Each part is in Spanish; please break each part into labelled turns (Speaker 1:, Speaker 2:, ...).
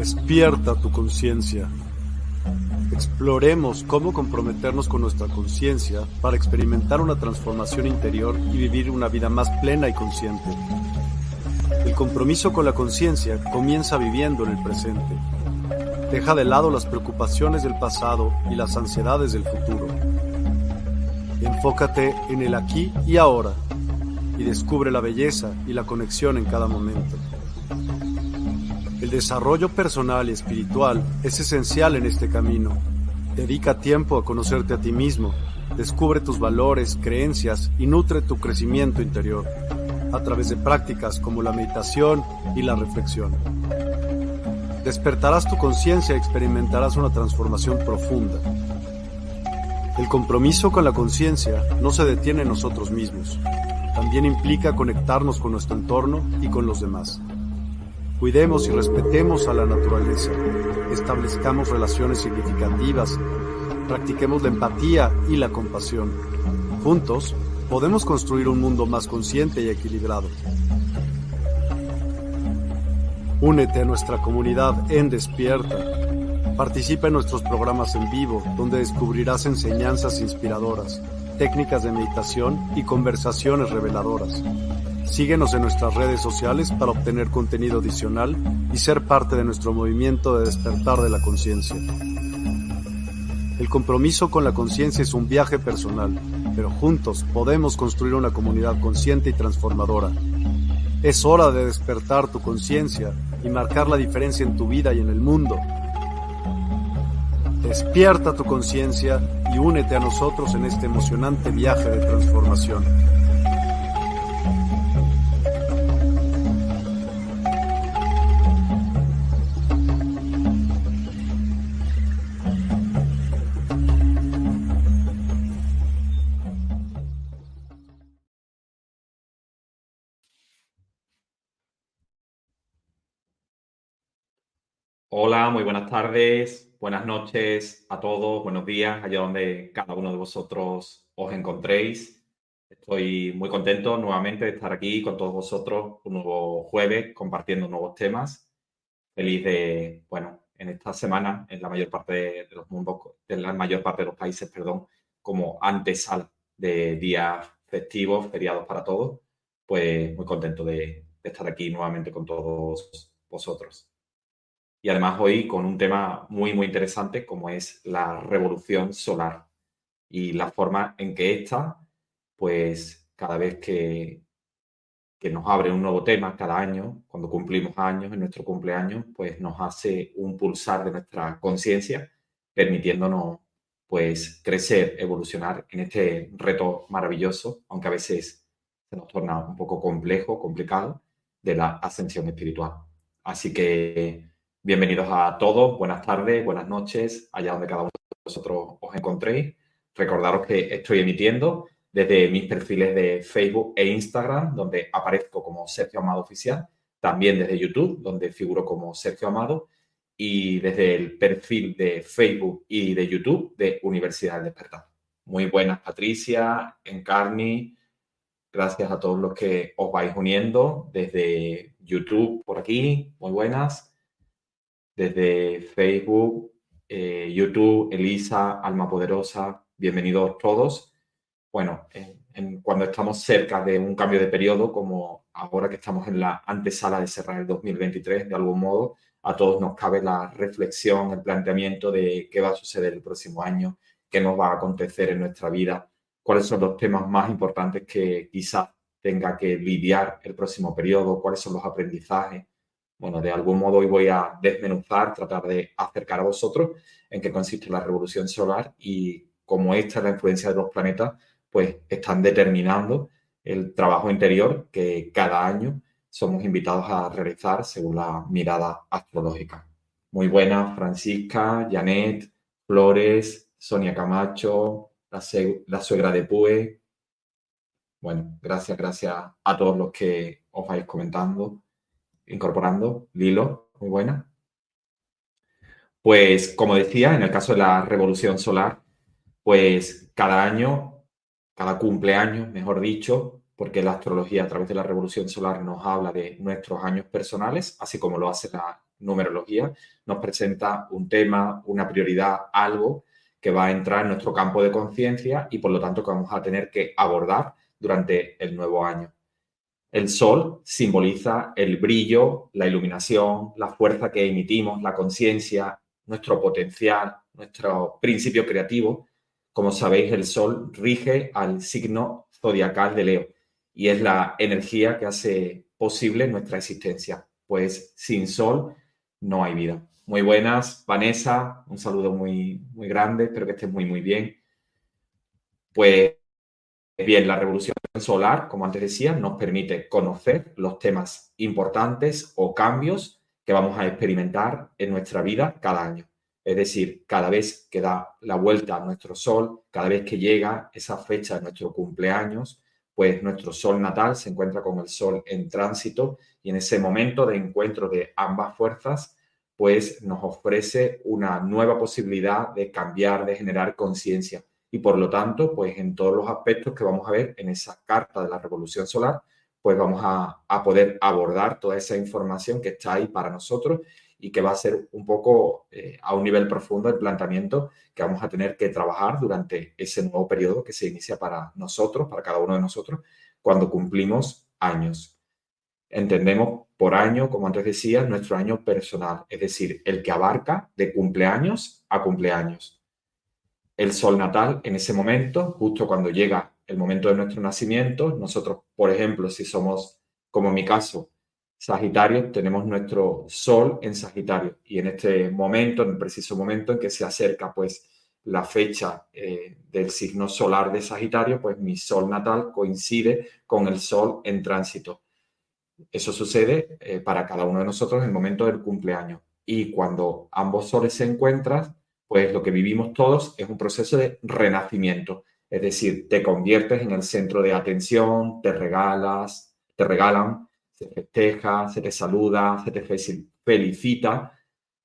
Speaker 1: Despierta tu conciencia. Exploremos cómo comprometernos con nuestra conciencia para experimentar una transformación interior y vivir una vida más plena y consciente. El compromiso con la conciencia comienza viviendo en el presente. Deja de lado las preocupaciones del pasado y las ansiedades del futuro. Enfócate en el aquí y ahora y descubre la belleza y la conexión en cada momento. El desarrollo personal y espiritual es esencial en este camino. Dedica tiempo a conocerte a ti mismo, descubre tus valores, creencias y nutre tu crecimiento interior a través de prácticas como la meditación y la reflexión. Despertarás tu conciencia y experimentarás una transformación profunda. El compromiso con la conciencia no se detiene en nosotros mismos. También implica conectarnos con nuestro entorno y con los demás. Cuidemos y respetemos a la naturaleza, establezcamos relaciones significativas, practiquemos la empatía y la compasión. Juntos, podemos construir un mundo más consciente y equilibrado. Únete a nuestra comunidad en Despierta. Participa en nuestros programas en vivo, donde descubrirás enseñanzas inspiradoras, técnicas de meditación y conversaciones reveladoras. Síguenos en nuestras redes sociales para obtener contenido adicional y ser parte de nuestro movimiento de despertar de la conciencia. El compromiso con la conciencia es un viaje personal, pero juntos podemos construir una comunidad consciente y transformadora. Es hora de despertar tu conciencia y marcar la diferencia en tu vida y en el mundo. Despierta tu conciencia y únete a nosotros en este emocionante viaje de transformación.
Speaker 2: Hola, muy buenas tardes, buenas noches a todos, buenos días, allá donde cada uno de vosotros os encontréis. Estoy muy contento nuevamente de estar aquí con todos vosotros un nuevo jueves compartiendo nuevos temas. Feliz de, en esta semana, en la mayor parte de los mundos, en la mayor parte de los países, como antesala de días festivos, feriados para todos, pues muy contento de estar aquí nuevamente con todos vosotros. Y además hoy con un tema muy, muy interesante como es la revolución solar y la forma en que esta, pues cada vez que nos abre un nuevo tema cada año, cuando cumplimos años, en nuestro cumpleaños, pues nos hace un pulsar de nuestra conciencia, permitiéndonos pues crecer, evolucionar en este reto maravilloso, aunque a veces se nos torna un poco complejo, complicado, de la ascensión espiritual. Así que bienvenidos a todos, buenas tardes, buenas noches, allá donde cada uno de vosotros os encontréis. Recordaros que estoy emitiendo desde mis perfiles de Facebook e Instagram, donde aparezco como Sergio Amado Oficial, también desde YouTube, donde figuro como Sergio Amado, y desde el perfil de Facebook y de YouTube de Universidad del Despertar. Muy buenas, Patricia, Encarni, gracias a todos los que os vais uniendo desde YouTube por aquí, muy buenas, desde Facebook, YouTube, Elisa, Alma Poderosa, bienvenidos todos. Bueno, cuando estamos cerca de un cambio de periodo, como ahora que estamos en la antesala de cerrar el 2023, de algún modo, a todos nos cabe la reflexión, el planteamiento de qué va a suceder el próximo año, qué nos va a acontecer en nuestra vida, cuáles son los temas más importantes que quizás tenga que lidiar el próximo periodo, cuáles son los aprendizajes. Bueno, de algún modo hoy voy a desmenuzar, tratar de acercar a vosotros en qué consiste la revolución solar y cómo esta es la influencia de los planetas, pues están determinando el trabajo interior que cada año somos invitados a realizar según la mirada astrológica. Muy buenas, Francisca, Janet, Flores, Sonia Camacho, la suegra de Pue. Bueno, gracias a todos los que os vais comentando, incorporando. Lilo, muy buena. Pues, como decía, en el caso de la revolución solar, pues cada año, cada cumpleaños, mejor dicho, porque la astrología a través de la revolución solar nos habla de nuestros años personales, así como lo hace la numerología, nos presenta un tema, una prioridad, algo que va a entrar en nuestro campo de conciencia y por lo tanto que vamos a tener que abordar durante el nuevo año. El sol simboliza el brillo, la iluminación, la fuerza que emitimos, la conciencia, nuestro potencial, nuestro principio creativo. Como sabéis, el sol rige al signo zodiacal de Leo y es la energía que hace posible nuestra existencia. Pues sin sol no hay vida. Muy buenas, Vanessa, un saludo muy, muy grande, espero que estés muy, muy bien. Pues bien, la revolución solar, como antes decía, nos permite conocer los temas importantes o cambios que vamos a experimentar en nuestra vida cada año. Es decir, cada vez que da la vuelta a nuestro sol, cada vez que llega esa fecha de nuestro cumpleaños, pues nuestro sol natal se encuentra con el sol en tránsito y en ese momento de encuentro de ambas fuerzas, pues nos ofrece una nueva posibilidad de cambiar, de generar conciencia. Y por lo tanto, pues en todos los aspectos que vamos a ver en esa carta de la revolución solar, pues vamos a poder abordar toda esa información que está ahí para nosotros y que va a ser un poco a un nivel profundo el planteamiento que vamos a tener que trabajar durante ese nuevo periodo que se inicia para nosotros, para cada uno de nosotros, cuando cumplimos años. Entendemos por año, como antes decía, nuestro año personal, es decir, el que abarca de cumpleaños a cumpleaños. El sol natal en ese momento, justo cuando llega el momento de nuestro nacimiento, nosotros, por ejemplo, si somos, como en mi caso, Sagitario, tenemos nuestro sol en Sagitario y en este momento, en el preciso momento en que se acerca pues la fecha del signo solar de Sagitario, pues mi sol natal coincide con el sol en tránsito. Eso sucede para cada uno de nosotros en el momento del cumpleaños y cuando ambos soles se encuentran, pues lo que vivimos todos es un proceso de renacimiento. Es decir, te conviertes en el centro de atención, te regalan, se festeja, se te saluda, se te felicita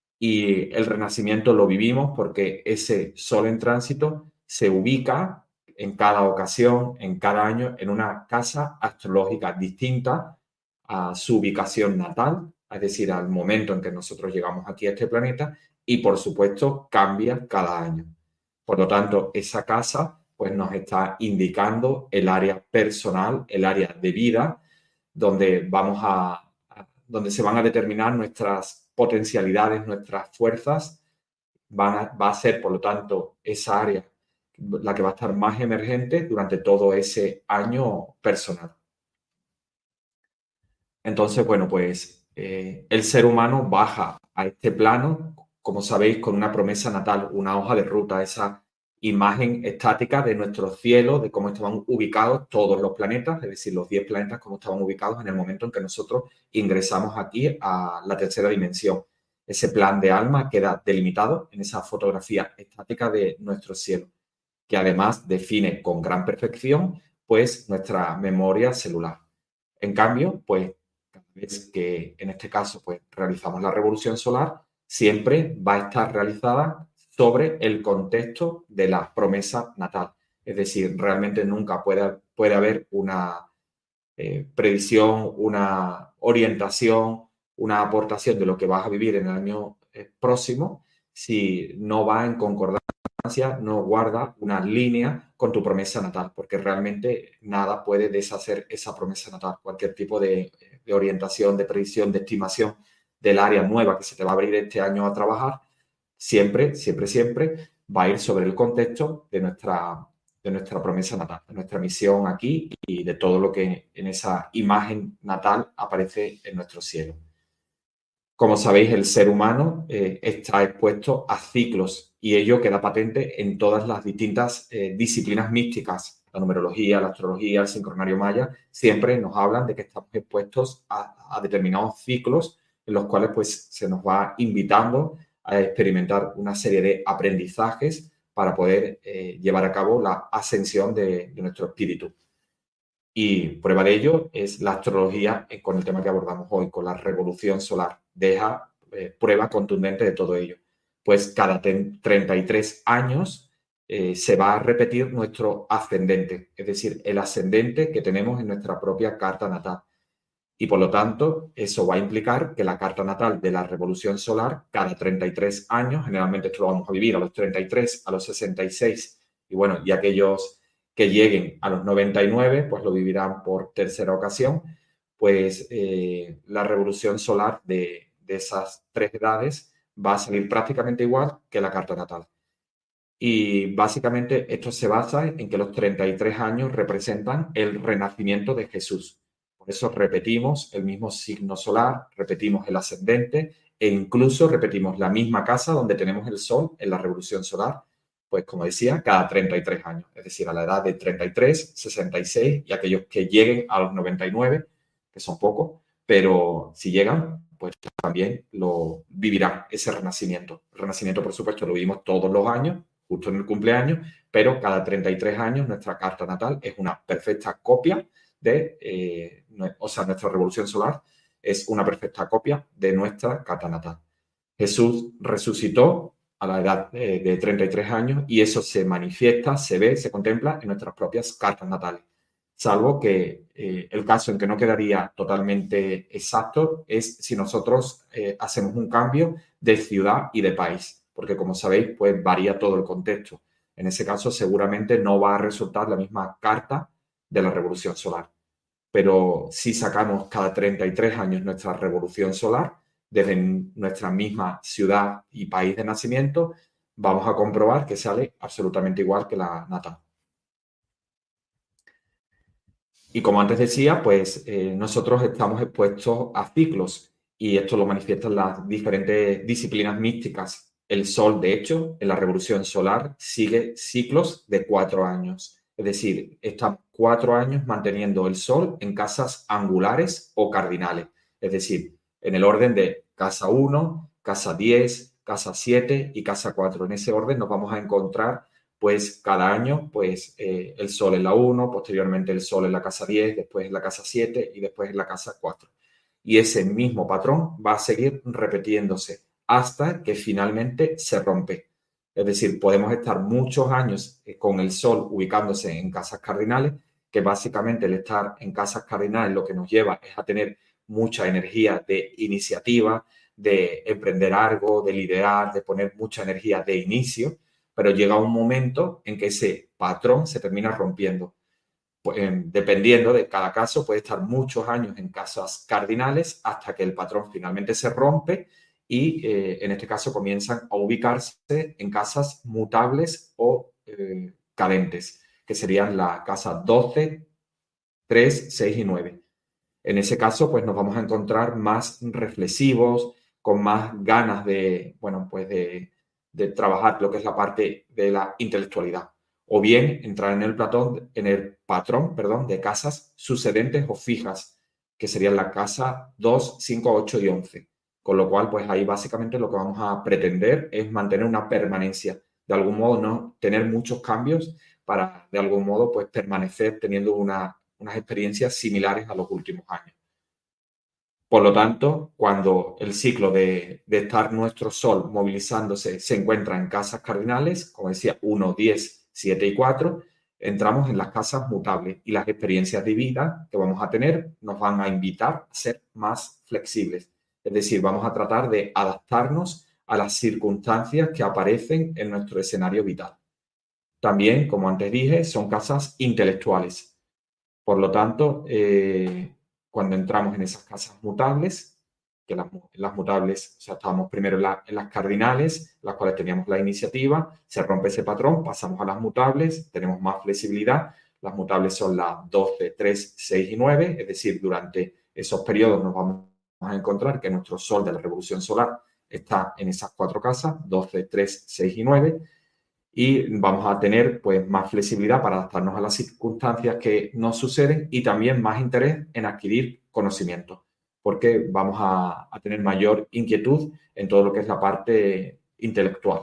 Speaker 2: y el renacimiento lo vivimos porque ese sol en tránsito se ubica en cada ocasión, en cada año, en una casa astrológica distinta a su ubicación natal, es decir, al momento en que nosotros llegamos aquí a este planeta y, por supuesto, cambia cada año. Por lo tanto, esa casa pues, nos está indicando el área personal, el área de vida, donde donde se van a determinar nuestras potencialidades, nuestras fuerzas. Va a ser, por lo tanto, esa área la que va a estar más emergente durante todo ese año personal. Entonces, bueno, pues el ser humano baja a este plano, como sabéis, con una promesa natal, una hoja de ruta, esa imagen estática de nuestro cielo, de cómo estaban ubicados todos los planetas, es decir, los 10 planetas, cómo estaban ubicados en el momento en que nosotros ingresamos aquí a la tercera dimensión. Ese plan de alma queda delimitado en esa fotografía estática de nuestro cielo, que además define con gran perfección, pues, nuestra memoria celular. En cambio, pues, cada vez que en este caso pues, realizamos la revolución solar, siempre va a estar realizada sobre el contexto de la promesa natal. Es decir, realmente nunca puede haber una predicción, una orientación, una aportación de lo que vas a vivir en el año próximo si no va en concordancia, no guarda una línea con tu promesa natal, porque realmente nada puede deshacer esa promesa natal. Cualquier tipo de orientación, de predicción, de estimación del área nueva que se te va a abrir este año a trabajar, siempre, siempre, siempre va a ir sobre el contexto de nuestra promesa natal, de nuestra misión aquí y de todo lo que en esa imagen natal aparece en nuestro cielo. Como sabéis, el ser humano está expuesto a ciclos y ello queda patente en todas las distintas disciplinas místicas. La numerología, la astrología, el sincronario maya, siempre nos hablan de que estamos expuestos a determinados ciclos en los cuales pues, se nos va invitando a experimentar una serie de aprendizajes para poder llevar a cabo la ascensión de nuestro espíritu. Y prueba de ello es la astrología con el tema que abordamos hoy, con la revolución solar. Deja prueba contundente de todo ello. Pues cada 33 años se va a repetir nuestro ascendente, es decir, el ascendente que tenemos en nuestra propia carta natal. Y por lo tanto, eso va a implicar que la carta natal de la revolución solar, cada 33 años, generalmente esto lo vamos a vivir a los 33, a los 66, y bueno, y aquellos que lleguen a los 99, pues lo vivirán por tercera ocasión, pues la revolución solar de esas tres edades va a salir prácticamente igual que la carta natal. Y básicamente esto se basa en que los 33 años representan el renacimiento de Jesús. Por eso repetimos el mismo signo solar, repetimos el ascendente e incluso repetimos la misma casa donde tenemos el sol en la revolución solar, pues como decía, cada 33 años. Es decir, a la edad de 33, 66 y aquellos que lleguen a los 99, que son pocos, pero si llegan, pues también lo vivirán ese renacimiento. El renacimiento, por supuesto, lo vivimos todos los años, justo en el cumpleaños, pero cada 33 años nuestra carta natal es una perfecta copia de, o sea, nuestra revolución solar es una perfecta copia de nuestra carta natal. Jesús resucitó a la edad de 33 años y eso se manifiesta, se ve, se contempla en nuestras propias cartas natales. Salvo que el caso en que no quedaría totalmente exacto es si nosotros hacemos un cambio de ciudad y de país, porque como sabéis, pues varía todo el contexto. En ese caso, seguramente no va a resultar la misma carta de la revolución solar. Pero si sacamos cada 33 años nuestra revolución solar, desde nuestra misma ciudad y país de nacimiento, vamos a comprobar que sale absolutamente igual que la natal. Y como antes decía, pues nosotros estamos expuestos a ciclos y esto lo manifiestan las diferentes disciplinas místicas. El Sol, de hecho, en la revolución solar sigue ciclos de 4 años. Es decir, estamos 4 años manteniendo el Sol en casas angulares o cardinales. Es decir, en el orden de casa 1, casa 10, casa 7 y casa 4. En ese orden nos vamos a encontrar pues cada año pues el Sol en la 1, posteriormente el Sol en la casa 10, después en la casa 7 y después en la casa 4. Y ese mismo patrón va a seguir repitiéndose hasta que finalmente se rompe. Es decir, podemos estar muchos años con el Sol ubicándose en casas cardinales, que básicamente el estar en casas cardinales lo que nos lleva es a tener mucha energía de iniciativa, de emprender algo, de liderar, de poner mucha energía de inicio, pero llega un momento en que ese patrón se termina rompiendo. Pues, dependiendo de cada caso, puede estar muchos años en casas cardinales hasta que el patrón finalmente se rompe y en este caso comienzan a ubicarse en casas mutables o cadentes, que serían la casa 12, 3, 6 y 9. En ese caso, pues nos vamos a encontrar más reflexivos, con más ganas de, bueno, pues de trabajar lo que es la parte de la intelectualidad. O bien entrar en el patrón, perdón, de casas sucedentes o fijas, que serían la casa 2, 5, 8 y 11. Con lo cual, pues ahí básicamente lo que vamos a pretender es mantener una permanencia. De algún modo, no tener muchos cambios para, de algún modo, pues permanecer teniendo unas experiencias similares a los últimos años. Por lo tanto, cuando el ciclo de estar nuestro Sol movilizándose se encuentra en casas cardinales, como decía, 1, 10, 7 y 4, entramos en las casas mutables y las experiencias de vida que vamos a tener nos van a invitar a ser más flexibles. Es decir, vamos a tratar de adaptarnos a las circunstancias que aparecen en nuestro escenario vital. También, como antes dije, son casas intelectuales. Por lo tanto, cuando entramos en esas casas mutables, que las mutables, o sea, estábamos primero en las cardinales, las cuales teníamos la iniciativa, se rompe ese patrón, pasamos a las mutables, tenemos más flexibilidad. Las mutables son las 12, 3, 6 y 9, es decir, durante esos periodos nos vamos a encontrar que nuestro Sol de la revolución solar está en esas 4 casas, 12, 3, 6 y 9, y vamos a tener pues más flexibilidad para adaptarnos a las circunstancias que nos suceden y también más interés en adquirir conocimiento, porque vamos a tener mayor inquietud en todo lo que es la parte intelectual.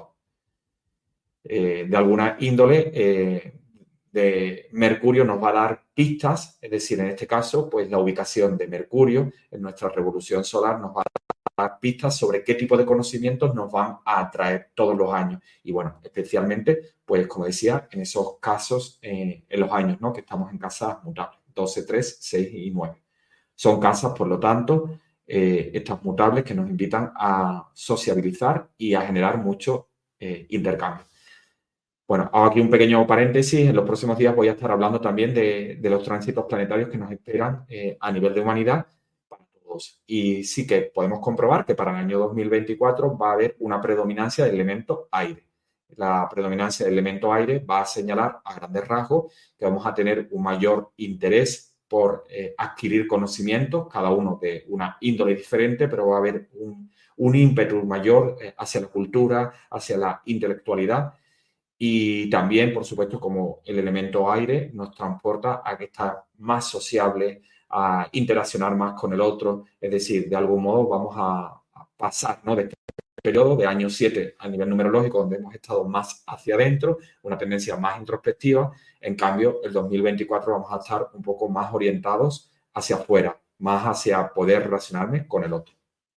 Speaker 2: De alguna índole, de Mercurio nos va a dar pistas, es decir, en este caso, pues la ubicación de Mercurio en nuestra revolución solar nos va a dar pistas sobre qué tipo de conocimientos nos van a atraer todos los años. Y bueno, especialmente, pues como decía, en esos casos, en los años, ¿no? Que estamos en casas mutables, 12, 3, 6 y 9. Son casas, por lo tanto, estas mutables que nos invitan a sociabilizar y a generar mucho intercambio. Bueno, hago aquí un pequeño paréntesis. En los próximos días voy a estar hablando también de los tránsitos planetarios que nos esperan a nivel de humanidad para todos. Y sí que podemos comprobar que para el año 2024 va a haber una predominancia del elemento aire. La predominancia del elemento aire va a señalar a grandes rasgos que vamos a tener un mayor interés por adquirir conocimientos, cada uno de una índole diferente, pero va a haber un ímpetu mayor hacia la cultura, hacia la intelectualidad. Y también, por supuesto, como el elemento aire nos transporta a que está más sociable, a interaccionar más con el otro. Es decir, de algún modo vamos a pasar, ¿no?, de este periodo de año 7 a nivel numerológico, donde hemos estado más hacia adentro, una tendencia más introspectiva. En cambio, el 2024 vamos a estar un poco más orientados hacia afuera, más hacia poder relacionarme con el otro.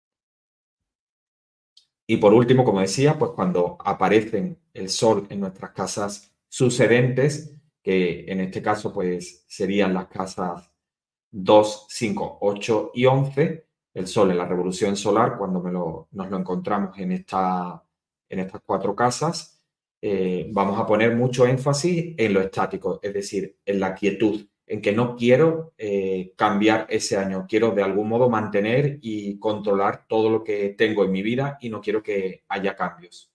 Speaker 2: Y por último, como decía, pues cuando aparecen el Sol en nuestras casas sucedentes, que en este caso pues serían las casas 2, 5, 8 y 11, el Sol en la revolución solar, cuando nos lo encontramos en estas 4 casas, vamos a poner mucho énfasis en lo estático, es decir, en la quietud, en que no quiero cambiar ese año, quiero de algún modo mantener y controlar todo lo que tengo en mi vida y no quiero que haya cambios.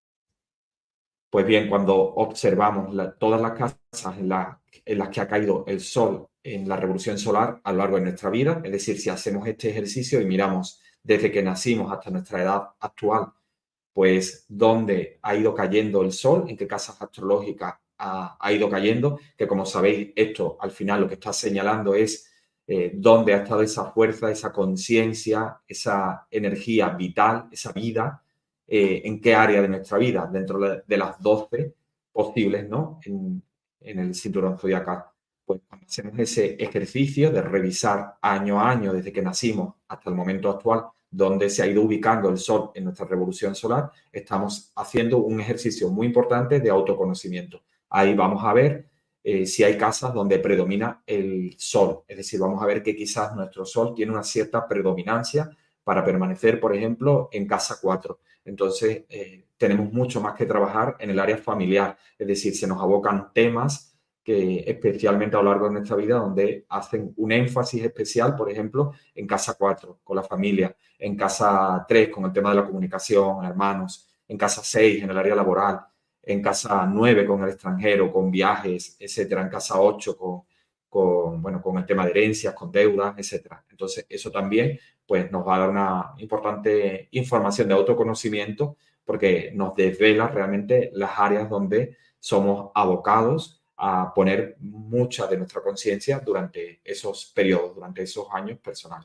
Speaker 2: Pues bien, cuando observamos todas las casas en las que ha caído el Sol en la revolución solar a lo largo de nuestra vida, es decir, si hacemos este ejercicio y miramos desde que nacimos hasta nuestra edad actual, pues dónde ha ido cayendo el Sol, en qué casas astrológicas ha ido cayendo, que como sabéis, esto al final lo que está señalando es dónde ha estado esa fuerza, esa conciencia, esa energía vital, esa vida, en qué área de nuestra vida, dentro de las 12 posibles, ¿no?, en el cinturón zodiacal. Pues cuando hacemos ese ejercicio de revisar año a año, desde que nacimos hasta el momento actual, donde se ha ido ubicando el Sol en nuestra revolución solar, estamos haciendo un ejercicio muy importante de autoconocimiento. Ahí vamos a ver si hay casas donde predomina el Sol, es decir, vamos a ver que quizás nuestro Sol tiene una cierta predominancia para permanecer, por ejemplo, en casa 4. Entonces, tenemos mucho más que trabajar en el área familiar, es decir, se nos abocan temas que especialmente a lo largo de nuestra vida, donde hacen un énfasis especial, por ejemplo, en casa 4, con la familia, en casa 3, con el tema de la comunicación, hermanos, en casa 6, en el área laboral, en casa 9, con el extranjero, con viajes, etcétera, en casa 8, con el tema de herencias, con deudas, etcétera. Entonces, eso también pues, nos va a dar una importante información de autoconocimiento porque nos desvela realmente las áreas donde somos abocados a poner mucha de nuestra conciencia durante esos periodos, durante esos años personales.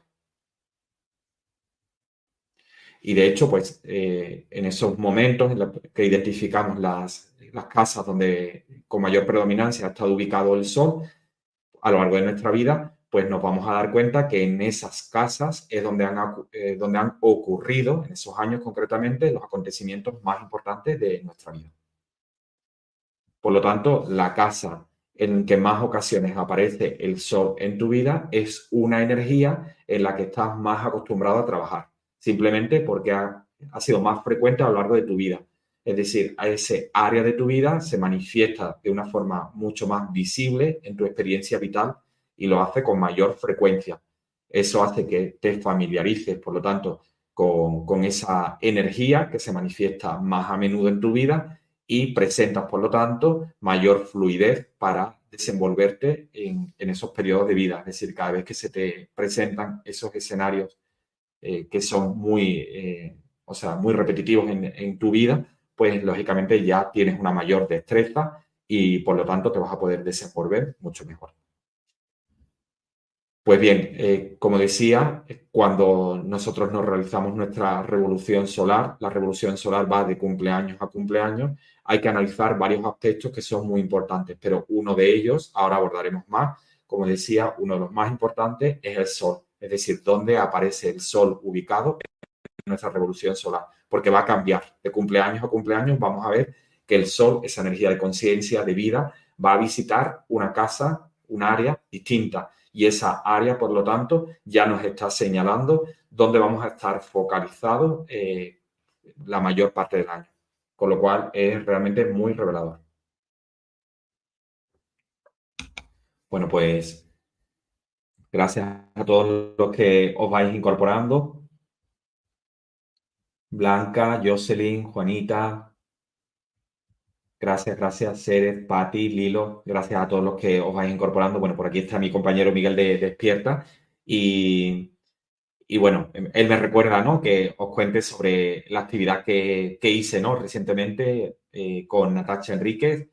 Speaker 2: Y de hecho, pues en esos momentos en los que identificamos las casas donde con mayor predominancia ha estado ubicado el Sol a lo largo de nuestra vida, pues nos vamos a dar cuenta que en esas casas es donde han ocurrido, en esos años concretamente, los acontecimientos más importantes de nuestra vida. Por lo tanto, la casa en que más ocasiones aparece el Sol en tu vida es una energía en la que estás más acostumbrado a trabajar, simplemente porque ha sido más frecuente a lo largo de tu vida. Es decir, a ese área de tu vida se manifiesta de una forma mucho más visible en tu experiencia vital y lo hace con mayor frecuencia. Eso hace que te familiarices, por lo tanto, con esa energía que se manifiesta más a menudo en tu vida y presentas, por lo tanto, mayor fluidez para desenvolverte en esos periodos de vida. Es decir, cada vez que se te presentan esos escenarios que son muy repetitivos en tu vida, pues lógicamente ya tienes una mayor destreza y por lo tanto te vas a poder desenvolver mucho mejor. Pues bien, como decía, cuando nosotros nos realizamos nuestra revolución solar, la revolución solar va de cumpleaños a cumpleaños, hay que analizar varios aspectos que son muy importantes, pero uno de ellos, ahora abordaremos más, como decía, uno de los más importantes es el Sol, es decir, dónde aparece el Sol ubicado en nuestra revolución solar, porque va a cambiar de cumpleaños a cumpleaños, vamos a ver que el Sol, esa energía de conciencia, de vida, va a visitar una casa, un área distinta. y esa área, por lo tanto, ya nos está señalando dónde vamos a estar focalizados la mayor parte del año. Con lo cual es realmente muy revelador. Bueno, pues gracias a todos los que os vais incorporando. Blanca, Jocelyn, Juanita. Gracias, Ceres, Pati, Lilo. Gracias a todos los que os vais incorporando. Bueno, por aquí está mi compañero Miguel de Despierta. Y bueno, él me recuerda, ¿no?, que os cuente sobre la actividad que hice, ¿no?, recientemente con Natacha Enríquez.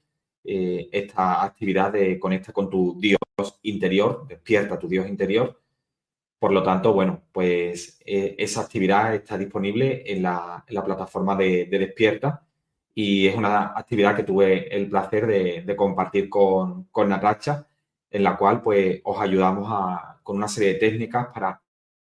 Speaker 2: Esta actividad de conecta con tu Dios interior, despierta tu Dios interior. Por lo tanto, bueno, pues esa actividad está disponible en la plataforma de Despierta y es una actividad que tuve el placer de compartir con Natacha, en la cual pues os ayudamos con una serie de técnicas para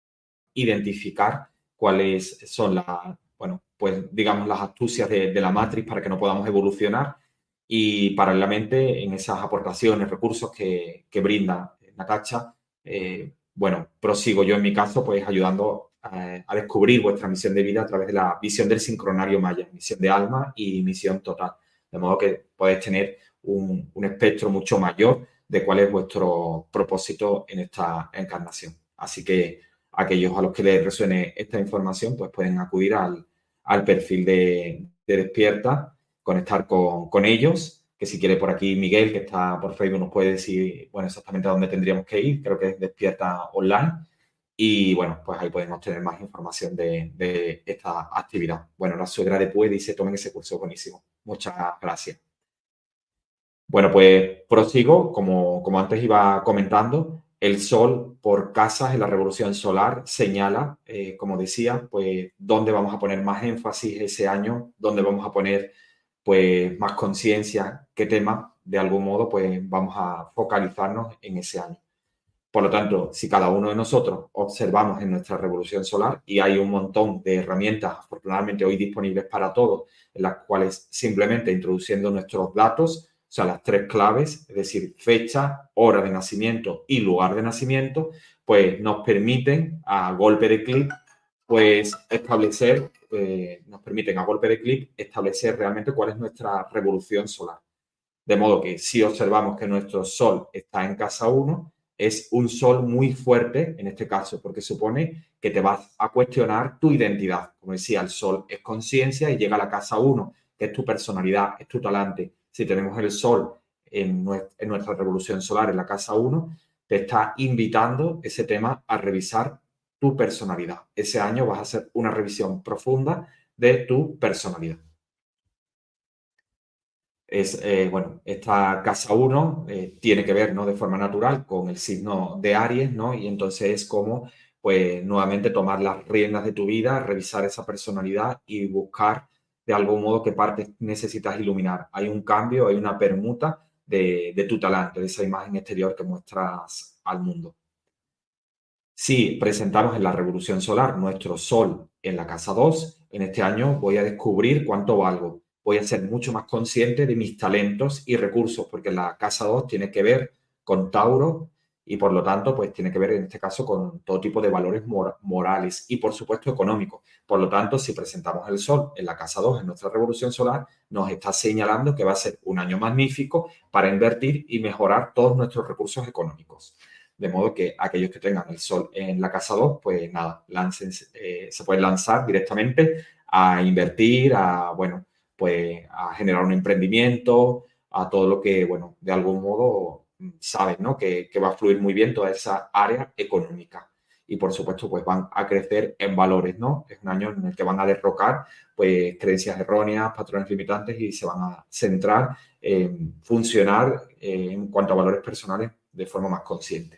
Speaker 2: identificar cuáles son bueno, pues digamos las astucias de la matriz para que no podamos evolucionar y paralelamente en esas aportaciones, recursos que brinda Natacha, bueno, prosigo yo en mi caso pues ayudando a descubrir vuestra misión de vida a través de la visión del sincronario maya, misión de alma y misión total. De modo que podéis tener un espectro mucho mayor de cuál es vuestro propósito en esta encarnación. Así que aquellos a los que les resuene esta información, pues pueden acudir al perfil de Despierta, conectar con ellos, que si quiere por aquí Miguel, que está por Facebook, nos puede decir, bueno, exactamente a dónde tendríamos que ir, creo que es Despierta Online, y bueno, pues ahí podemos tener más información de esta actividad. Bueno, la suegra de Pue dice, tomen ese curso, buenísimo. Muchas gracias. Bueno, pues prosigo, como antes iba comentando, el Sol por casas en la revolución solar señala, como decía, pues dónde vamos a poner más énfasis ese año, dónde vamos a poner pues más conciencia, qué tema, de algún modo, pues vamos a focalizarnos en ese año. Por lo tanto, si cada uno de nosotros observamos en nuestra revolución solar, y hay un montón de herramientas, afortunadamente hoy disponibles para todos, en las cuales simplemente introduciendo nuestros datos, o sea, las tres claves, es decir, fecha, hora de nacimiento y lugar de nacimiento, pues nos permiten a golpe de clic, pues establecer, nos permiten a golpe de clic establecer realmente cuál es nuestra revolución solar. De modo que si observamos que nuestro Sol está en casa 1, es un Sol muy fuerte en este caso, porque supone que te vas a cuestionar tu identidad. Como decía, el Sol es conciencia y llega a la casa 1, que es tu personalidad, es tu talante. Si tenemos el Sol en nuestra revolución solar en la casa 1, te está invitando ese tema a revisar tu personalidad. Ese año vas a hacer una revisión profunda de tu personalidad. Bueno, esta casa 1 tiene que ver, ¿no?, de forma natural con el signo de Aries, ¿no? Y entonces es como, pues, nuevamente tomar las riendas de tu vida, revisar esa personalidad y buscar de algún modo qué partes necesitas iluminar. Hay un cambio, hay una permuta de tu talante, de esa imagen exterior que muestras al mundo. Si presentamos en la revolución solar nuestro Sol en la casa 2, en este año voy a descubrir cuánto valgo. Voy a ser mucho más consciente de mis talentos y recursos, porque la casa 2 tiene que ver con Tauro y por lo tanto pues tiene que ver en este caso con todo tipo de valores morales y por supuesto económicos. Por lo tanto, si presentamos el Sol en la casa 2 en nuestra revolución solar, nos está señalando que va a ser un año magnífico para invertir y mejorar todos nuestros recursos económicos. De modo que aquellos que tengan el Sol en la casa 2, pues nada, se pueden lanzar directamente a invertir, bueno, pues a generar un emprendimiento, a todo lo que, bueno, de algún modo saben, ¿no?, que va a fluir muy bien toda esa área económica. Y por supuesto, pues van a crecer en valores, ¿no? Es un año en el que van a derrocar, pues, creencias erróneas, patrones limitantes y se van a centrar en funcionar en cuanto a valores personales de forma más consciente.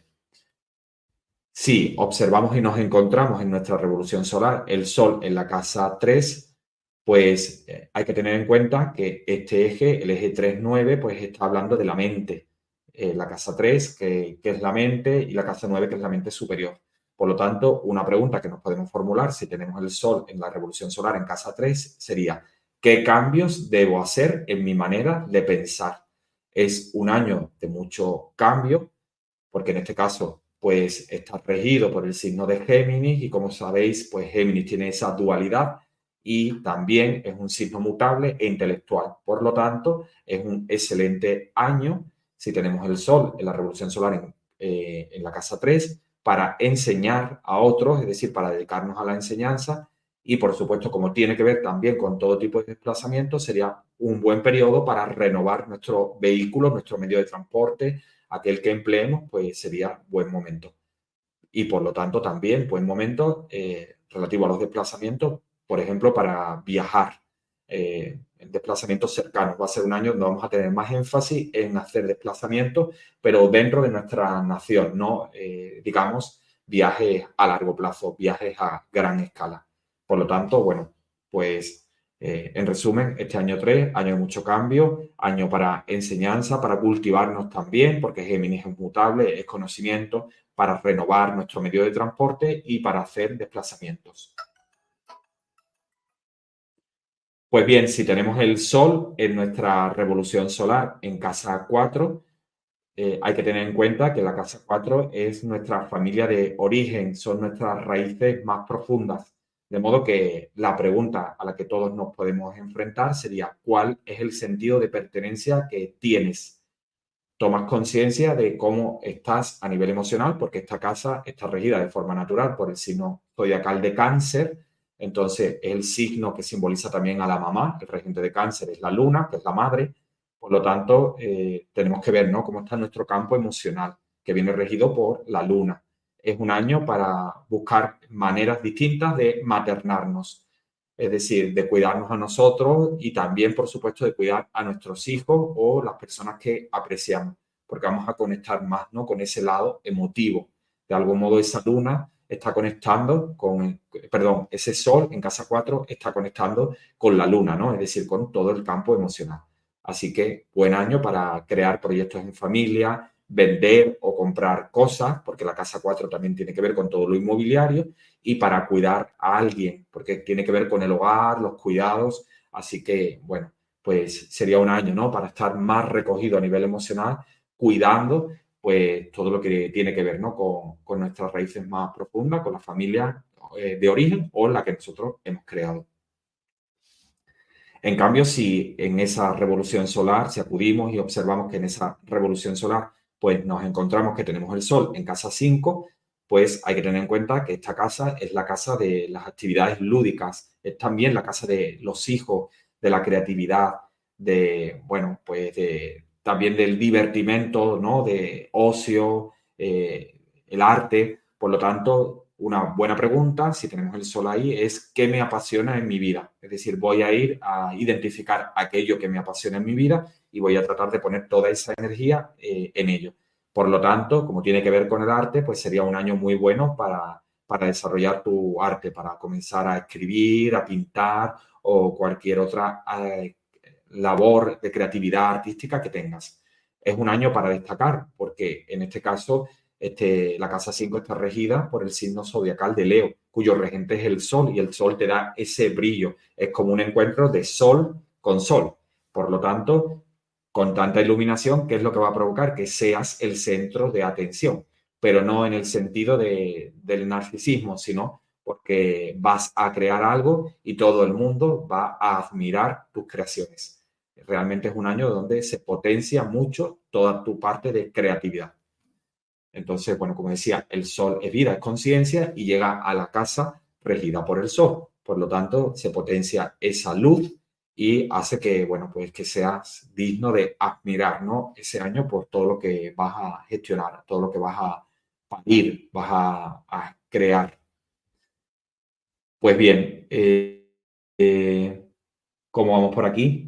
Speaker 2: Si observamos y nos encontramos en nuestra revolución solar el Sol en la casa 3, pues hay que tener en cuenta que este eje, el eje 3-9, pues está hablando de la mente. La casa 3, que es la mente, y la casa 9, que es la mente superior. Por lo tanto, una pregunta que nos podemos formular si tenemos el Sol en la revolución solar en casa 3 sería, ¿qué cambios debo hacer en mi manera de pensar? Es un año de mucho cambio, porque en este caso pues está regido por el signo de Géminis y como sabéis, pues Géminis tiene esa dualidad y también es un signo mutable e intelectual. Por lo tanto, es un excelente año si tenemos el Sol en la revolución solar en la casa 3 para enseñar a otros, es decir, para dedicarnos a la enseñanza y, por supuesto, como tiene que ver también con todo tipo de desplazamientos, sería un buen periodo para renovar nuestro vehículo, nuestro medio de transporte, aquel que empleemos, pues sería buen momento. Y, por lo tanto, también buen momento relativo a los desplazamientos, por ejemplo, para viajar en desplazamientos cercanos. Va a ser un año donde vamos a tener más énfasis en hacer desplazamientos, pero dentro de nuestra nación, no, digamos, viajes a largo plazo, viajes a gran escala. Por lo tanto, bueno, pues en resumen, este año 3, año de mucho cambio, año para enseñanza, para cultivarnos también, porque Géminis es mutable, es conocimiento, para renovar nuestro medio de transporte y para hacer desplazamientos. Pues bien, si tenemos el Sol en nuestra revolución solar en casa 4, hay que tener en cuenta que la casa 4 es nuestra familia de origen, son nuestras raíces más profundas. De modo que la pregunta a la que todos nos podemos enfrentar sería, ¿cuál es el sentido de pertenencia que tienes? Tomas conciencia de cómo estás a nivel emocional, porque esta casa está regida de forma natural por el signo zodiacal de Cáncer. Entonces, es el signo que simboliza también a la mamá. El regente de Cáncer es la luna, que es la madre. Por lo tanto, tenemos que ver, ¿no?, cómo está nuestro campo emocional, que viene regido por la luna. Es un año para buscar maneras distintas de maternarnos, es decir, de cuidarnos a nosotros y también, por supuesto, de cuidar a nuestros hijos o las personas que apreciamos, porque vamos a conectar más, ¿no?, con ese lado emotivo. De algún modo, esa luna está conectando con, perdón, ese Sol en casa 4 está conectando con la luna, ¿no?, es decir, con todo el campo emocional. Así que buen año para crear proyectos en familia, vender o comprar cosas, porque la casa 4 también tiene que ver con todo lo inmobiliario, y para cuidar a alguien, porque tiene que ver con el hogar, los cuidados. Así que, bueno, pues sería un año, ¿no?, para estar más recogido a nivel emocional, cuidando pues todo lo que tiene que ver, ¿no?, con nuestras raíces más profundas, con la familia de origen o la que nosotros hemos creado. En cambio, si en esa revolución solar, si acudimos y observamos que en esa revolución solar pues nos encontramos que tenemos el Sol en casa 5, pues hay que tener en cuenta que esta casa es la casa de las actividades lúdicas, es también la casa de los hijos, de la creatividad, de, bueno, pues también del divertimento, ¿no?, de ocio, el arte. Por lo tanto, una buena pregunta, si tenemos el Sol ahí, es ¿qué me apasiona en mi vida? Es decir, voy a ir a identificar aquello que me apasiona en mi vida y voy a tratar de poner toda esa energía en ello. Por lo tanto, como tiene que ver con el arte, pues sería un año muy bueno para desarrollar tu arte, para comenzar a escribir, a pintar o cualquier otra labor de creatividad artística que tengas. Es un año para destacar, porque en este caso la casa 5 está regida por el signo zodiacal de Leo, cuyo regente es el Sol, y el Sol te da ese brillo. Es como un encuentro de Sol con Sol. Por lo tanto, con tanta iluminación, ¿qué es lo que va a provocar? Que seas el centro de atención, pero no en el sentido del narcisismo, sino porque vas a crear algo y todo el mundo va a admirar tus creaciones. Realmente es un año donde se potencia mucho toda tu parte de creatividad. Entonces, bueno, como decía, el Sol es vida, es conciencia y llega a la casa regida por el Sol. Por lo tanto, se potencia esa luz y hace que, bueno, pues que seas digno de admirar, ¿no?, ese año por todo lo que vas a gestionar, todo lo que vas a parir, vas a crear. Pues bien, ¿cómo vamos por aquí?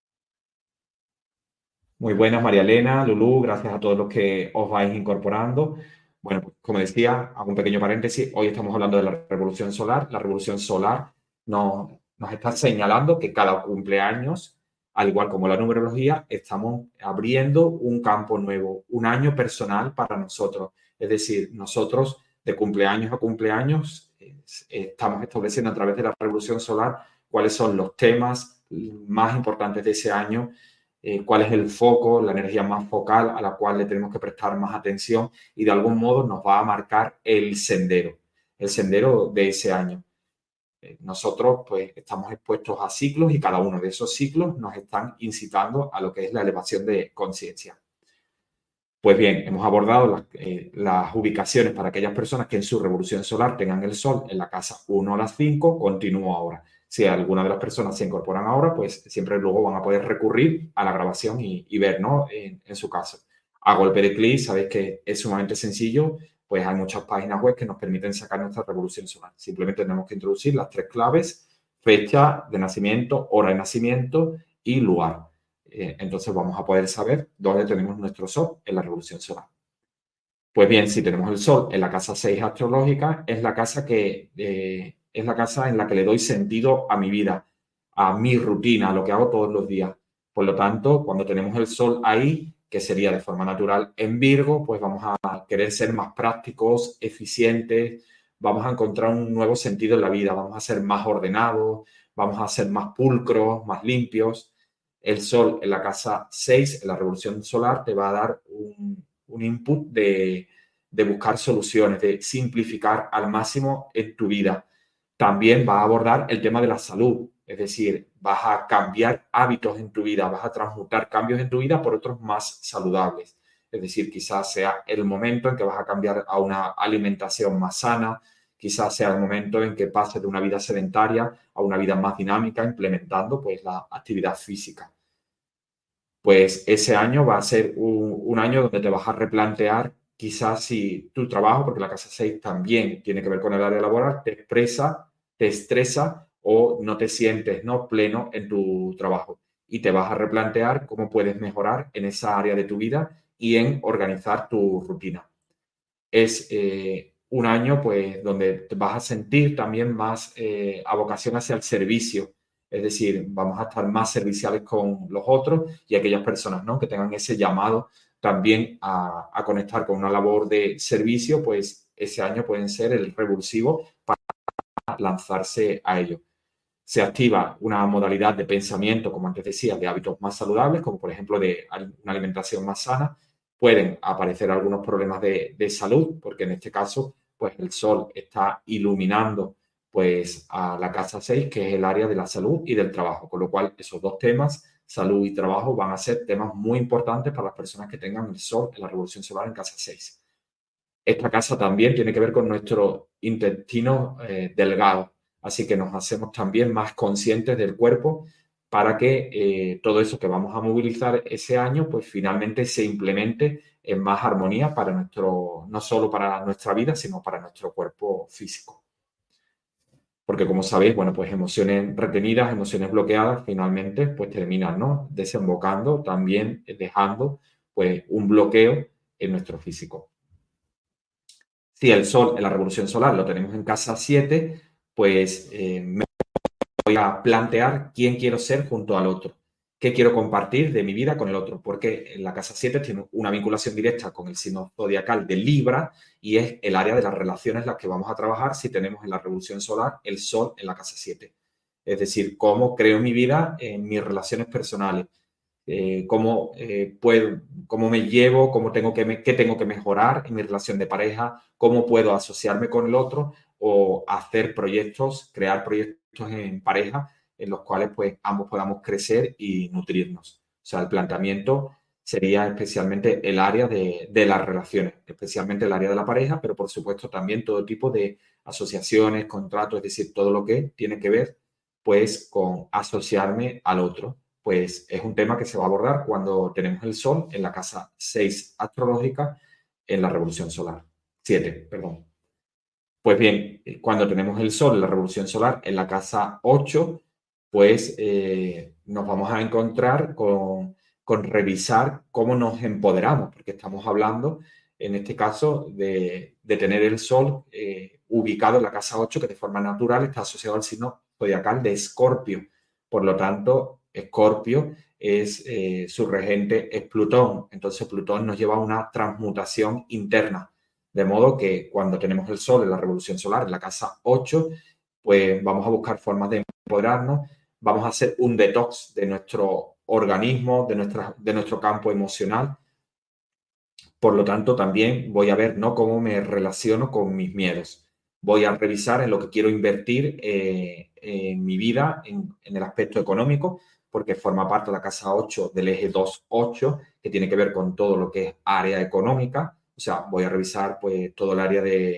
Speaker 2: Muy buenas, María Elena, Lulú, gracias a todos los que os vais incorporando. Bueno, pues como decía, hago un pequeño paréntesis, hoy estamos hablando de la revolución solar. La revolución solar nos está señalando que cada cumpleaños, al igual como la numerología, estamos abriendo un campo nuevo, un año personal para nosotros. Es decir, nosotros de cumpleaños a cumpleaños estamos estableciendo a través de la revolución solar cuáles son los temas más importantes de ese año, cuál es el foco, la energía más focal a la cual le tenemos que prestar más atención y de algún modo nos va a marcar el sendero de ese año. Nosotros pues estamos expuestos a ciclos y cada uno de esos ciclos nos están incitando a lo que es la elevación de conciencia. Pues bien, hemos abordado las ubicaciones para aquellas personas que en su revolución solar tengan el Sol en la casa 1 a las 5, continúo ahora. Si alguna de las personas se incorporan ahora, pues siempre luego van a poder recurrir a la grabación y ver, ¿no? En su caso. A golpe de clic, sabéis que es sumamente sencillo, pues hay muchas páginas web que nos permiten sacar nuestra revolución solar. Simplemente tenemos que introducir las 3 claves: fecha de nacimiento, hora de nacimiento y lugar. Entonces vamos a poder saber dónde tenemos nuestro Sol en la revolución solar. Pues bien, si tenemos el Sol en la casa 6 astrológica, es la casa en la que le doy sentido a mi vida, a mi rutina, a lo que hago todos los días. Por lo tanto, cuando tenemos el Sol ahí, que sería de forma natural en Virgo, pues vamos a querer ser más prácticos, eficientes, vamos a encontrar un nuevo sentido en la vida, vamos a ser más ordenados, vamos a ser más pulcros, más limpios. El Sol en la casa 6, en la revolución solar, te va a dar un input de buscar soluciones, de simplificar al máximo en tu vida. También va a abordar el tema de la salud, es decir, vas a cambiar hábitos en tu vida, vas a transmutar cambios en tu vida por otros más saludables. Es decir, quizás sea el momento en que vas a cambiar a una alimentación más sana, quizás sea el momento en que pases de una vida sedentaria a una vida más dinámica, implementando pues la actividad física. Pues ese año va a ser un año donde te vas a replantear quizás si tu trabajo, porque la casa 6 también tiene que ver con el área laboral, te estresa o no te sientes, ¿no?, pleno en tu trabajo. Y te vas a replantear cómo puedes mejorar en esa área de tu vida y en organizar tu rutina. Es un año pues donde te vas a sentir también más a vocación hacia el servicio. Es decir, vamos a estar más serviciales con los otros y aquellas personas, ¿no?, que tengan ese llamado también a conectar con una labor de servicio, pues ese año pueden ser el revulsivo para lanzarse a ello. Se activa una modalidad de pensamiento, como antes decía, de hábitos más saludables, como por ejemplo de una alimentación más sana. Pueden aparecer algunos problemas de salud, porque en este caso, pues el Sol está iluminando pues a la casa 6, que es el área de la salud y del trabajo, con lo cual esos dos temas, salud y trabajo, van a ser temas muy importantes para las personas que tengan el Sol en la revolución solar en casa 6. Esta casa también tiene que ver con nuestro intestino delgado, así que nos hacemos también más conscientes del cuerpo para que todo eso que vamos a movilizar ese año, pues finalmente se implemente en más armonía para no solo para nuestra vida, sino para nuestro cuerpo físico. Porque como sabéis, bueno, pues emociones retenidas, emociones bloqueadas, finalmente pues terminan, ¿no?, desembocando, también dejando pues un bloqueo en nuestro físico. Si el Sol en la revolución solar lo tenemos en casa 7, pues me voy a plantear quién quiero ser junto al otro, qué quiero compartir de mi vida con el otro, porque en la casa 7 tiene una vinculación directa con el signo zodiacal de Libra y es el área de las relaciones las que vamos a trabajar si tenemos en la revolución solar el Sol en la casa 7. Es decir, cómo creo mi vida en mis relaciones personales, cómo me llevo, qué tengo que mejorar en mi relación de pareja, cómo puedo asociarme con el otro o hacer proyectos, crear proyectos en pareja en los cuales pues ambos podamos crecer y nutrirnos. O sea, el planteamiento sería especialmente el área de las relaciones, especialmente el área de la pareja, pero por supuesto también todo tipo de asociaciones, contratos, es decir, todo lo que tiene que ver pues con asociarme al otro. Pues es un tema que se va a abordar cuando tenemos el Sol en la casa 6 astrológica en la revolución solar. 7, perdón. Pues bien, cuando tenemos el Sol en la revolución solar en la casa 8, pues nos vamos a encontrar con revisar cómo nos empoderamos, porque estamos hablando, en este caso, de tener el Sol ubicado en la casa 8, que de forma natural está asociado al signo zodiacal de Escorpio. Por lo tanto, Escorpio es su regente es Plutón. Entonces, Plutón nos lleva a una transmutación interna. De modo que cuando tenemos el Sol en la revolución solar, en la casa 8, pues vamos a buscar formas de empoderarnos, vamos a hacer un detox de nuestro organismos, de nuestro campo emocional. Por lo tanto, también voy a ver, ¿no?, cómo me relaciono con mis miedos. Voy a revisar en lo que quiero invertir en mi vida, en el aspecto económico, porque forma parte de la casa 8 del eje 2-8, que tiene que ver con todo lo que es área económica. O sea, voy a revisar pues todo el área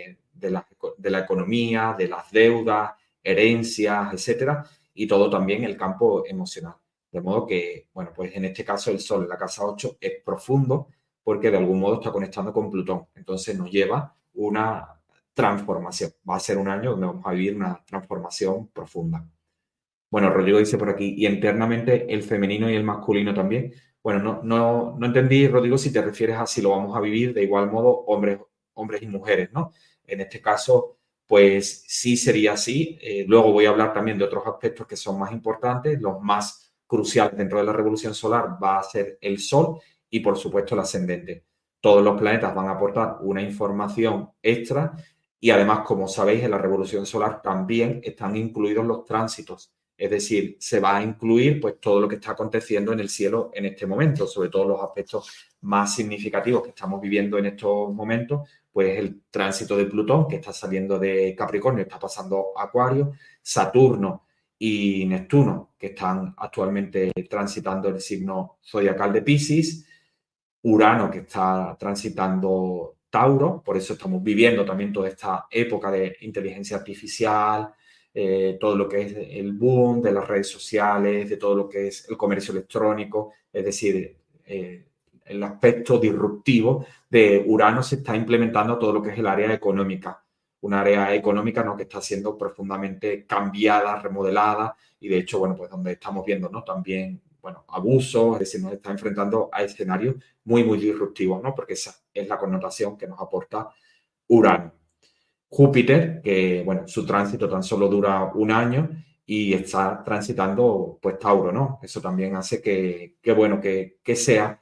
Speaker 2: de la economía, de las deudas, herencias, etcétera, y todo también el campo emocional. De modo que, bueno, pues en este caso el Sol en la casa 8 es profundo porque de algún modo está conectando con Plutón. Entonces nos lleva una transformación. Va a ser un año donde vamos a vivir una transformación profunda. Bueno, Rodrigo dice por aquí, y internamente el femenino y el masculino también. Bueno, no entendí, Rodrigo, si te refieres a si lo vamos a vivir de igual modo hombres y mujeres, ¿no? En este caso, pues sí sería así. Luego voy a hablar también de otros aspectos que son más importantes. Los más cruciales dentro de la revolución solar va a ser el Sol y, por supuesto, el ascendente. Todos los planetas van a aportar una información extra y, además, como sabéis, en la revolución solar también están incluidos los tránsitos. Es decir, se va a incluir pues todo lo que está aconteciendo en el cielo en este momento, sobre todo los aspectos más significativos que estamos viviendo en estos momentos, pues el tránsito de Plutón, que está saliendo de Capricornio, está pasando a Acuario, Saturno y Neptuno, que están actualmente transitando el signo zodiacal de Piscis, Urano, que está transitando Tauro, por eso estamos viviendo también toda esta época de inteligencia artificial, todo lo que es el boom de las redes sociales, de todo lo que es el comercio electrónico, es decir, el aspecto disruptivo de Urano se está implementando a todo lo que es el área económica, un área económica, ¿no?, que está siendo profundamente cambiada, remodelada y de hecho, bueno, pues donde estamos viendo, ¿no?, también, bueno, abusos, es decir, nos está enfrentando a escenarios muy, muy disruptivos, ¿no?, porque esa es la connotación que nos aporta Urano. Júpiter, que, bueno, su tránsito tan solo dura un año y está transitando, pues, Tauro, ¿no? Eso también hace bueno, que sea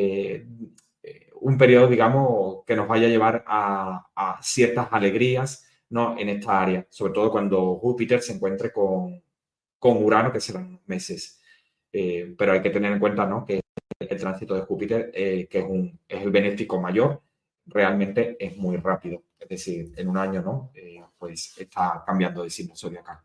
Speaker 2: un periodo, digamos, que nos vaya a llevar a ciertas alegrías, ¿no?, en esta área, sobre todo cuando Júpiter se encuentre con Urano, que serán unos meses. Pero hay que tener en cuenta, ¿no?, que el tránsito de Júpiter, que es el benéfico mayor, realmente es muy rápido. Es decir, en un año, ¿no?, pues está cambiando de signo zodiacal.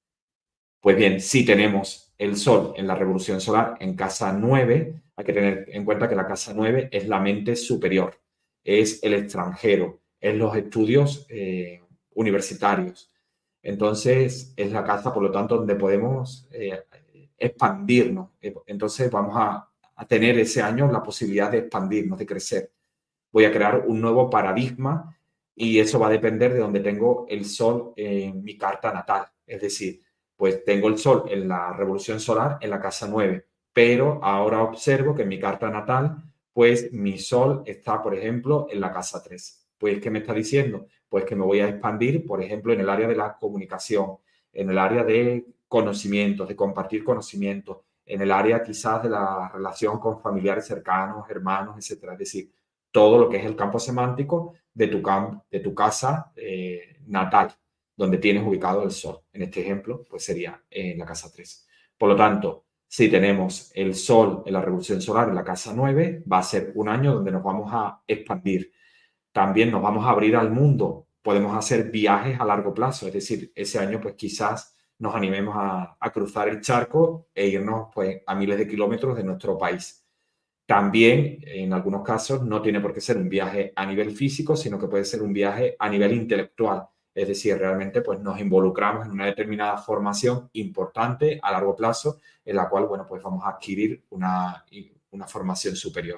Speaker 2: Pues bien, si tenemos el Sol en la revolución solar en casa 9, hay que tener en cuenta que la casa 9 es la mente superior, es el extranjero, es los estudios universitarios. Entonces, es la casa, por lo tanto, donde podemos expandirnos. Entonces, vamos a tener ese año la posibilidad de expandirnos, de crecer. Voy a crear un nuevo paradigma y eso va a depender de donde tengo el Sol en mi carta natal. Es decir, pues tengo el Sol en la revolución solar en la casa 9, pero ahora observo que en mi carta natal, pues mi Sol está, por ejemplo, en la casa 3. Pues, ¿qué me está diciendo? Pues que me voy a expandir, por ejemplo, en el área de la comunicación, en el área de conocimientos, de compartir conocimientos, en el área quizás de la relación con familiares cercanos, hermanos, etcétera. Es decir, todo lo que es el campo semántico de tu casa natal, donde tienes ubicado el Sol. En este ejemplo, pues sería en la casa 3. Por lo tanto, si tenemos el Sol en la revolución solar en la casa 9, va a ser un año donde nos vamos a expandir. También nos vamos a abrir al mundo. Podemos hacer viajes a largo plazo. Es decir, ese año pues quizás nos animemos a cruzar el charco e irnos pues a miles de kilómetros de nuestro país. También, en algunos casos, no tiene por qué ser un viaje a nivel físico, sino que puede ser un viaje a nivel intelectual. Es decir, realmente pues, nos involucramos en una determinada formación importante a largo plazo, en la cual, bueno, pues vamos a adquirir una formación superior.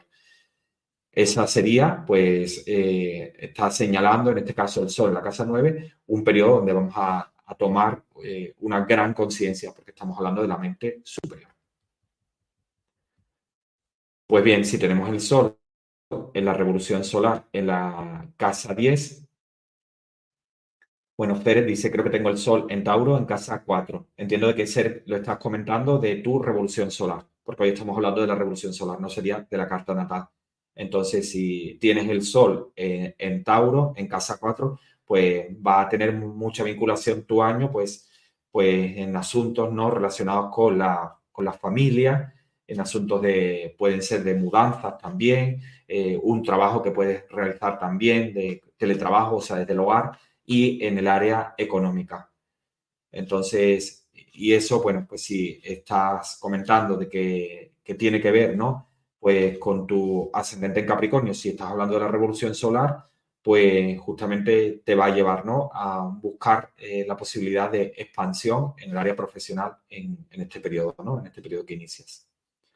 Speaker 2: Esa sería, pues, está señalando, en este caso el Sol, la casa 9, un periodo donde vamos a tomar una gran conciencia, porque estamos hablando de la mente superior. Pues bien, si tenemos el Sol en la revolución solar en la casa 10, bueno, Pérez dice, creo que tengo el Sol en Tauro en casa 4. Entiendo de qué ser lo estás comentando de tu revolución solar, porque hoy estamos hablando de la revolución solar, no sería de la carta natal. Entonces, si tienes el Sol en Tauro, en casa 4, pues va a tener mucha vinculación tu año, pues en asuntos no relacionados con la familia, en asuntos pueden ser de mudanzas también, un trabajo que puedes realizar también de teletrabajo, o sea, desde el hogar, y en el área económica. Entonces, y eso, bueno, pues si estás comentando de que tiene que ver, ¿no? Pues con tu ascendente en Capricornio, si estás hablando de la revolución solar, pues justamente te va a llevar, ¿no? A buscar la posibilidad de expansión en el área profesional en este periodo, ¿no? En este periodo que inicias.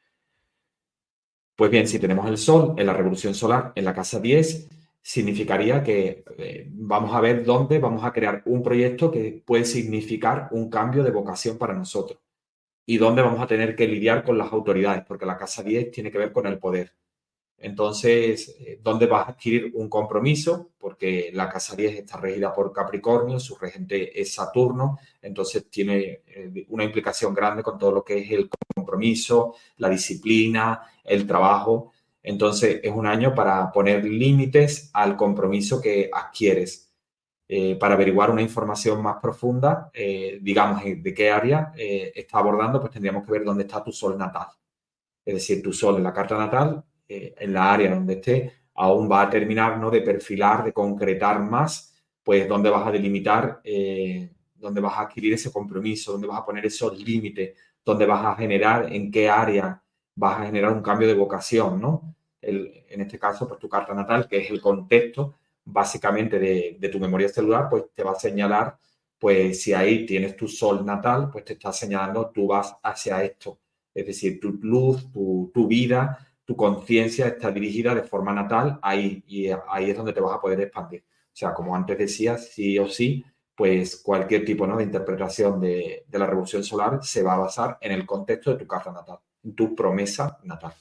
Speaker 2: Pues bien, si tenemos el Sol en la revolución solar en la casa 10, significaría que vamos a ver dónde vamos a crear un proyecto que puede significar un cambio de vocación para nosotros y dónde vamos a tener que lidiar con las autoridades, porque la casa 10 tiene que ver con el poder. Entonces, ¿dónde vas a adquirir un compromiso? Porque la casa 10 está regida por Capricornio, su regente es Saturno, entonces tiene una implicación grande con todo lo que es el compromiso, la disciplina, el trabajo. Entonces, es un año para poner límites al compromiso que adquieres. Para averiguar una información más profunda, digamos, de qué área está abordando, pues tendríamos que ver dónde está tu sol natal. Es decir, tu sol en la carta natal, en la área donde esté, aún va a terminar, ¿no? De perfilar, de concretar más, pues dónde vas a delimitar, dónde vas a adquirir ese compromiso, dónde vas a poner esos límites, dónde vas a generar, en qué área vas a generar un cambio de vocación, ¿no? En este caso, pues tu carta natal, que es el contexto básicamente de tu memoria celular, pues te va a señalar, pues si ahí tienes tu sol natal, pues te está señalando, tú vas hacia esto. Es decir, tu luz, tu vida, tu conciencia está dirigida de forma natal ahí, y ahí es donde te vas a poder expandir. O sea, como antes decía, sí o sí, pues cualquier tipo, ¿no? De interpretación de la revolución solar se va a basar en el contexto de tu carta natal, en tu promesa natal.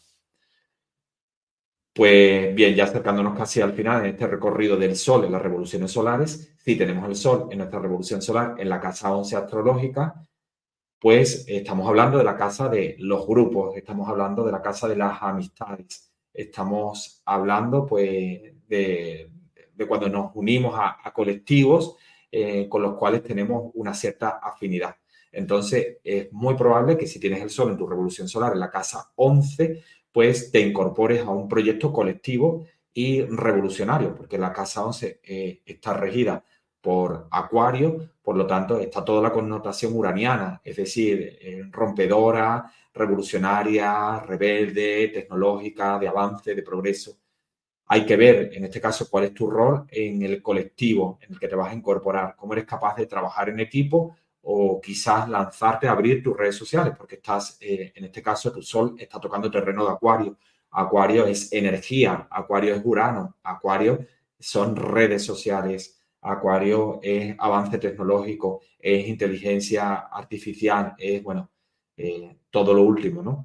Speaker 2: Pues bien, ya acercándonos casi al final en este recorrido del Sol en las revoluciones solares, si tenemos el Sol en nuestra revolución solar en la casa 11 astrológica, pues estamos hablando de la casa de los grupos, estamos hablando de la casa de las amistades, estamos hablando pues de cuando nos unimos a colectivos con los cuales tenemos una cierta afinidad. Entonces es muy probable que si tienes el Sol en tu revolución solar en la casa 11, pues te incorpores a un proyecto colectivo y revolucionario, porque la casa 11 está regida por Acuario, por lo tanto está toda la connotación uraniana, es decir, rompedora, revolucionaria, rebelde, tecnológica, de avance, de progreso. Hay que ver, en este caso, cuál es tu rol en el colectivo en el que te vas a incorporar, cómo eres capaz de trabajar en equipo o quizás lanzarte a abrir tus redes sociales, porque estás, en este caso, tu sol está tocando terreno de Acuario. Acuario es energía, Acuario es Urano, Acuario son redes sociales, Acuario es avance tecnológico, es inteligencia artificial, es, bueno, todo lo último, ¿no?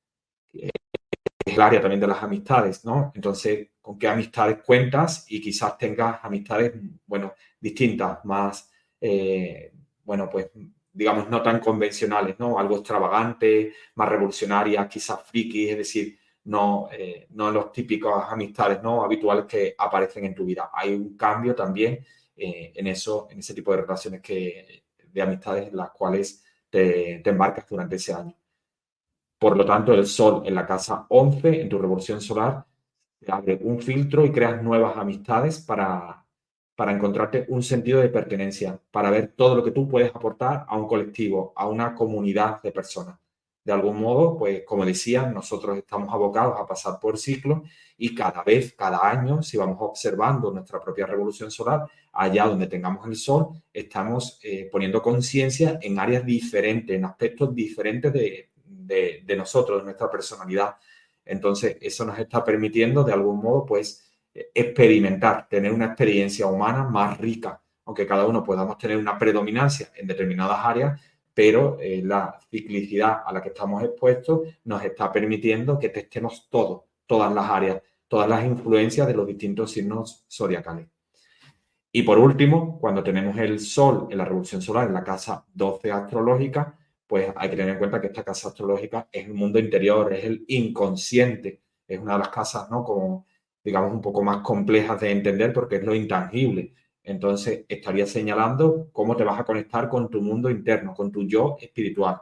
Speaker 2: Es el área también de las amistades, ¿no? Entonces, ¿con qué amistades cuentas? Y quizás tengas amistades, bueno, distintas, más, bueno, pues, digamos, no tan convencionales, ¿no? Algo extravagante, más revolucionarias, quizás frikis, es decir, no los típicos amistades, ¿no? Habituales que aparecen en tu vida. Hay un cambio también en ese tipo de relaciones de amistades en las cuales te embarcas durante ese año. Por lo tanto, el Sol en la casa 11, en tu revolución solar, te abre un filtro y creas nuevas amistades para encontrarte un sentido de pertenencia, para ver todo lo que tú puedes aportar a un colectivo, a una comunidad de personas. De algún modo, pues como decía, nosotros estamos abocados a pasar por ciclos y cada vez, cada año, si vamos observando nuestra propia revolución solar, allá donde tengamos el Sol, estamos poniendo conciencia en áreas diferentes, en aspectos diferentes de nosotros, de nuestra personalidad. Entonces, eso nos está permitiendo, de algún modo, pues, experimentar, tener una experiencia humana más rica, aunque cada uno podamos tener una predominancia en determinadas áreas, pero la ciclicidad a la que estamos expuestos nos está permitiendo que testemos todo, todas las áreas, todas las influencias de los distintos signos zodiacales. Y por último, cuando tenemos el Sol en la revolución solar en la casa 12 astrológica, pues hay que tener en cuenta que esta casa astrológica es el mundo interior, es el inconsciente, es una de las casas, ¿no? Como, digamos, un poco más complejas de entender porque es lo intangible. Entonces, estaría señalando cómo te vas a conectar con tu mundo interno, con tu yo espiritual.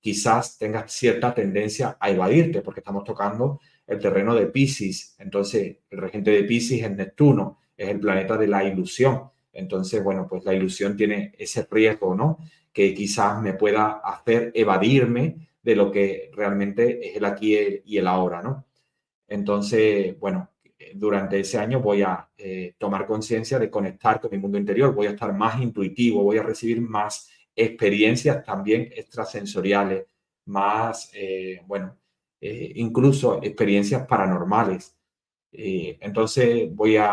Speaker 2: quizás tengas cierta tendencia a evadirte, porque estamos tocando el terreno de Piscis. Entonces, el regente de Piscis es Neptuno, es el planeta de la ilusión. Entonces, bueno, pues la ilusión tiene ese riesgo, ¿no? Que quizás me pueda hacer evadirme de lo que realmente es el aquí y el ahora, ¿no? Entonces, bueno, durante ese año voy a tomar conciencia de conectar con mi mundo interior, voy a estar más intuitivo, voy a recibir más experiencias también extrasensoriales, más, incluso experiencias paranormales. Entonces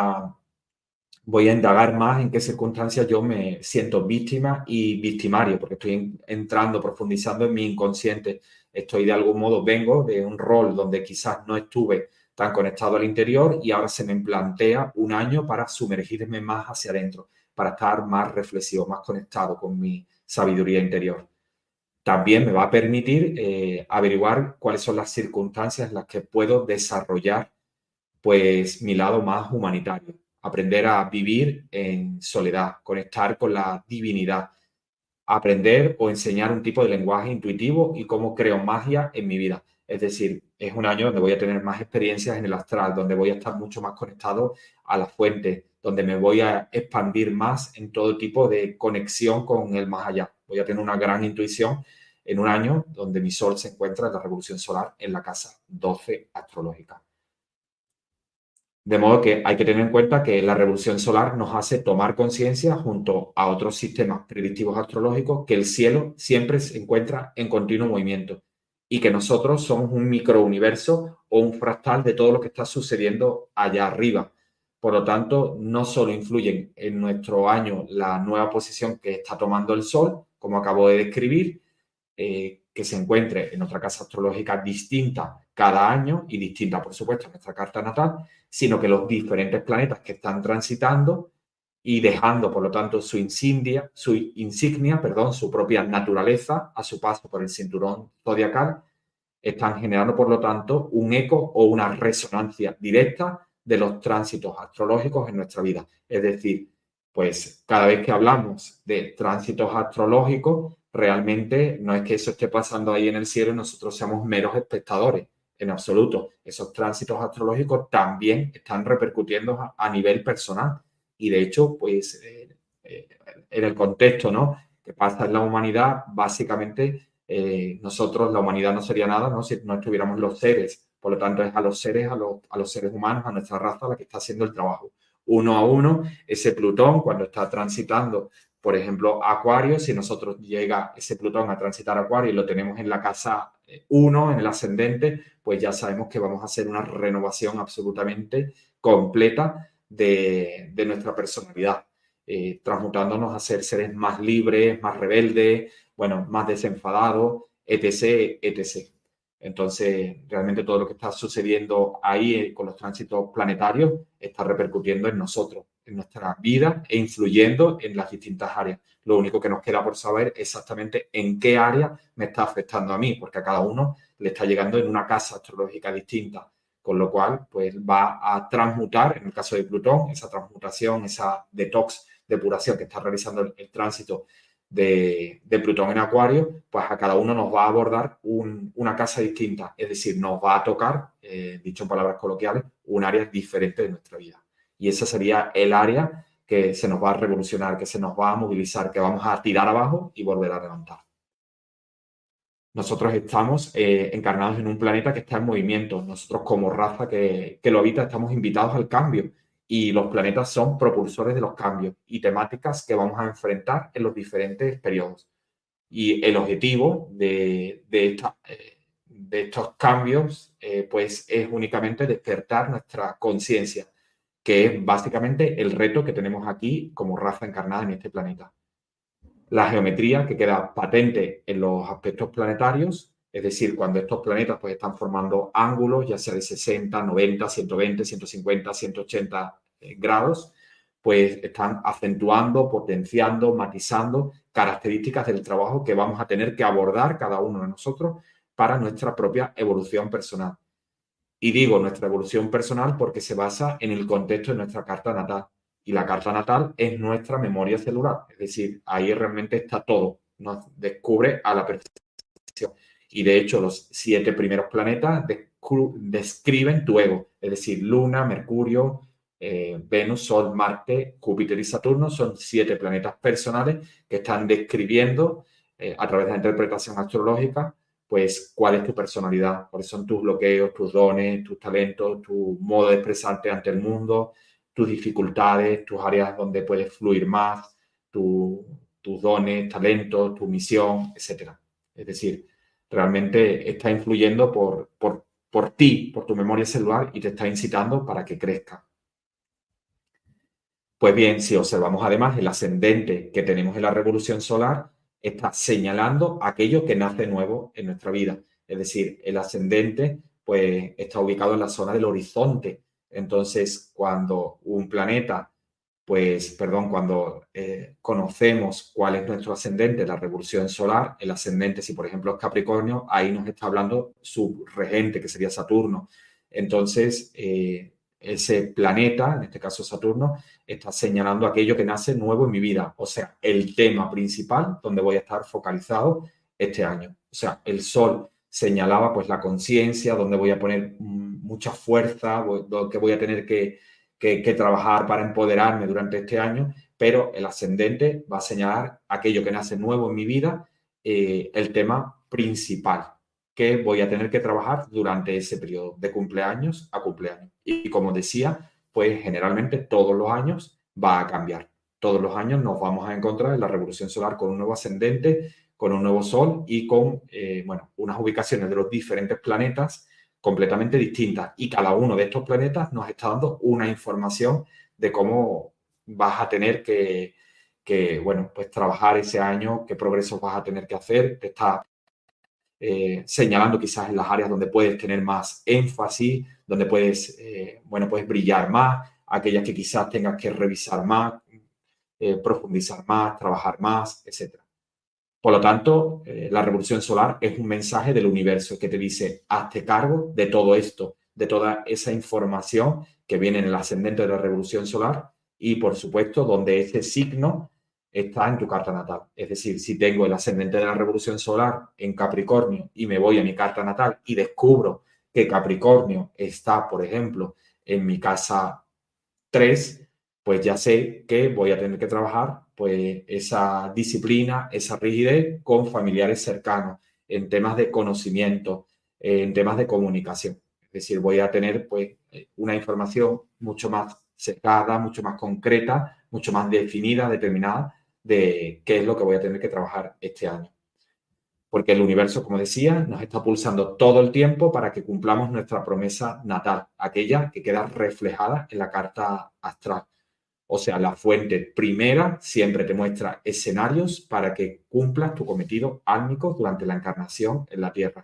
Speaker 2: voy a indagar más en qué circunstancias yo me siento víctima y victimario, porque estoy entrando, profundizando en mi inconsciente. Estoy de algún modo, vengo de un rol donde quizás no estuve tan conectado al interior y ahora se me plantea un año para sumergirme más hacia adentro, para estar más reflexivo, más conectado con mi sabiduría interior. También me va a permitir averiguar cuáles son las circunstancias en las que puedo desarrollar pues mi lado más humanitario, aprender a vivir en soledad, conectar con la divinidad, aprender o enseñar un tipo de lenguaje intuitivo y cómo creo magia en mi vida. Es decir, es un año donde voy a tener más experiencias en el astral, donde voy a estar mucho más conectado a la fuente, donde me voy a expandir más en todo tipo de conexión con el más allá. Voy a tener una gran intuición en un año donde mi sol se encuentra en la revolución solar en la casa 12 astrológica. De modo que hay que tener en cuenta que la revolución solar nos hace tomar conciencia junto a otros sistemas predictivos astrológicos que el cielo siempre se encuentra en continuo movimiento y que nosotros somos un microuniverso o un fractal de todo lo que está sucediendo allá arriba. Por lo tanto, no solo influyen en nuestro año la nueva posición que está tomando el Sol, como acabo de describir, que se encuentre en otra casa astrológica distinta cada año y distinta, por supuesto, a nuestra carta natal, sino que los diferentes planetas que están transitando y dejando, por lo tanto, su insignia, su propia naturaleza a su paso por el cinturón zodiacal, están generando, por lo tanto, un eco o una resonancia directa de los tránsitos astrológicos en nuestra vida. Es decir, pues cada vez que hablamos de tránsitos astrológicos, realmente no es que eso esté pasando ahí en el cielo y nosotros seamos meros espectadores, en absoluto. Esos tránsitos astrológicos también están repercutiendo a nivel personal y de hecho, pues en el contexto, ¿no?, que pasa en la humanidad, básicamente nosotros, la humanidad no sería nada, ¿no?, si no estuviéramos los seres. Por lo tanto, es a los seres, a los seres humanos, a nuestra raza, la que está haciendo el trabajo. Uno a uno, ese Plutón, cuando está transitando, por ejemplo, Acuario, si nosotros llega ese Plutón a transitar Acuario y lo tenemos en la casa 1, en el ascendente, pues ya sabemos que vamos a hacer una renovación absolutamente completa de nuestra personalidad, transmutándonos a ser seres más libres, más rebeldes, bueno, más desenfadados, etc., etc. Entonces, realmente todo lo que está sucediendo ahí con los tránsitos planetarios está repercutiendo en nosotros, en nuestra vida e influyendo en las distintas áreas. Lo único que nos queda por saber exactamente en qué área me está afectando a mí, porque a cada uno le está llegando en una casa astrológica distinta, con lo cual pues va a transmutar, en el caso de Plutón, esa transmutación, esa detox, depuración que está realizando el tránsito de Plutón en Acuario, pues a cada uno nos va a abordar una casa distinta, es decir, nos va a tocar, dicho en palabras coloquiales, un área diferente de nuestra vida. Y esa sería el área que se nos va a revolucionar, que se nos va a movilizar, que vamos a tirar abajo y volver a levantar. Nosotros estamos encarnados en un planeta que está en movimiento. Nosotros como raza que lo habita estamos invitados al cambio y los planetas son propulsores de los cambios y temáticas que vamos a enfrentar en los diferentes periodos. Y el objetivo de estos cambios pues es únicamente despertar nuestra conciencia, que es básicamente el reto que tenemos aquí como raza encarnada en este planeta. La geometría que queda patente en los aspectos planetarios, es decir, cuando estos planetas pues, están formando ángulos, ya sea de 60, 90, 120, 150, 180 grados, pues están acentuando, potenciando, matizando características del trabajo que vamos a tener que abordar cada uno de nosotros para nuestra propia evolución personal. Y digo nuestra evolución personal porque se basa en el contexto de nuestra carta natal. Y la carta natal es nuestra memoria celular. Es decir, ahí realmente está todo. Nos descubre a la perfección Y de hecho, los 7 primeros planetas describen tu ego, es decir, Luna, Mercurio, Venus, Sol, Marte, Júpiter y Saturno son 7 planetas personales que están describiendo a través de la interpretación astrológica, pues cuál es tu personalidad, cuáles son tus bloqueos, tus dones, tus talentos, tu modo de expresarte ante el mundo, tus dificultades, tus áreas donde puedes fluir más, tus dones, talentos, tu misión, etcétera. Es decir, realmente está influyendo por ti, por tu memoria celular y te está incitando para que crezca. Pues bien, si observamos además el ascendente que tenemos en la revolución solar, está señalando aquello que nace nuevo en nuestra vida. Es decir, el ascendente pues está ubicado en la zona del horizonte. Entonces, cuando un planeta, cuando conocemos cuál es nuestro ascendente, la revolución solar, el ascendente, si por ejemplo es Capricornio, ahí nos está hablando su regente, que sería Saturno. Entonces, ese planeta, en este caso Saturno, está señalando aquello que nace nuevo en mi vida, o sea, el tema principal donde voy a estar focalizado este año. O sea, el Sol señalaba pues la conciencia, donde voy a poner mucha fuerza, que voy a tener que trabajar para empoderarme durante este año, pero el ascendente va a señalar aquello que nace nuevo en mi vida, el tema principal que voy a tener que trabajar durante ese periodo de cumpleaños a cumpleaños. Y como decía, pues generalmente todos los años va a cambiar. Todos los años nos vamos a encontrar en la revolución solar con un nuevo ascendente, con un nuevo sol y con unas ubicaciones de los diferentes planetas completamente distintas. Y cada uno de estos planetas nos está dando una información de cómo vas a tener que pues trabajar ese año, qué progresos vas a tener que hacer. Te está señalando quizás en las áreas donde puedes tener más énfasis, donde puedes brillar más, aquellas que quizás tengas que revisar más, profundizar más, trabajar más, etc. Por lo tanto, la revolución solar es un mensaje del universo que te dice, hazte cargo de todo esto, de toda esa información que viene en el ascendente de la revolución solar y, por supuesto, donde ese signo está en tu carta natal. Es decir, si tengo el ascendente de la revolución solar en Capricornio y me voy a mi carta natal y descubro que Capricornio está, por ejemplo, en mi casa 3, pues ya sé que voy a tener que trabajar pues esa disciplina, esa rigidez con familiares cercanos, en temas de conocimiento, en temas de comunicación. Es decir, voy a tener pues una información mucho más cercada, mucho más concreta, mucho más definida, determinada de qué es lo que voy a tener que trabajar este año. Porque el universo, como decía, nos está pulsando todo el tiempo para que cumplamos nuestra promesa natal, aquella que queda reflejada en la carta astral. O sea, la fuente primera siempre te muestra escenarios para que cumplas tu cometido álmico durante la encarnación en la Tierra.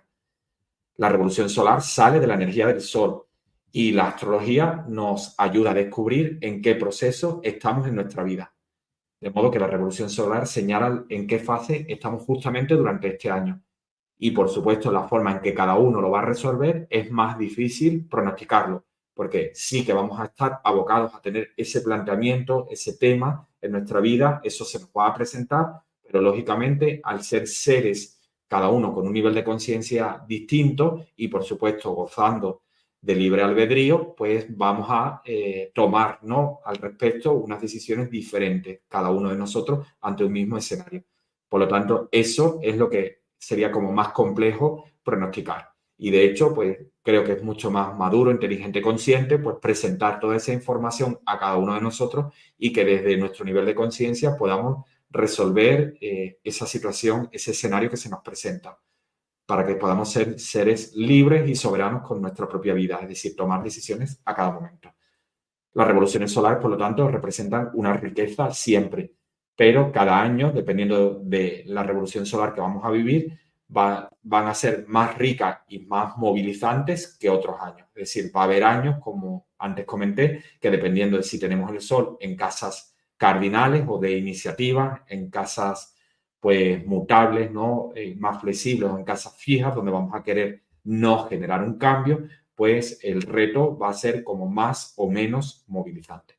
Speaker 2: La revolución solar sale de la energía del Sol y la astrología nos ayuda a descubrir en qué proceso estamos en nuestra vida. De modo que la revolución solar señala en qué fase estamos justamente durante este año. Y por supuesto, la forma en que cada uno lo va a resolver es más difícil pronosticarlo, porque sí que vamos a estar abocados a tener ese planteamiento, ese tema en nuestra vida, eso se nos va a presentar, pero lógicamente al ser seres, cada uno con un nivel de conciencia distinto y por supuesto gozando de libre albedrío, pues vamos a tomar, ¿no?, al respecto unas decisiones diferentes, cada uno de nosotros ante un mismo escenario. Por lo tanto, eso es lo que sería como más complejo pronosticar. Y de hecho, pues creo que es mucho más maduro, inteligente, consciente, pues presentar toda esa información a cada uno de nosotros y que desde nuestro nivel de conciencia podamos resolver esa situación, ese escenario que se nos presenta, para que podamos ser seres libres y soberanos con nuestra propia vida, es decir, tomar decisiones a cada momento. Las revoluciones solares, por lo tanto, representan una riqueza siempre, pero cada año, dependiendo de la revolución solar que vamos a vivir, van a ser más ricas y más movilizantes que otros años. Es decir, va a haber años, como antes comenté, que dependiendo de si tenemos el Sol en casas cardinales o de iniciativa, en casas pues mutables, ¿no?, más flexibles o en casas fijas, donde vamos a querer no generar un cambio, pues el reto va a ser como más o menos movilizante.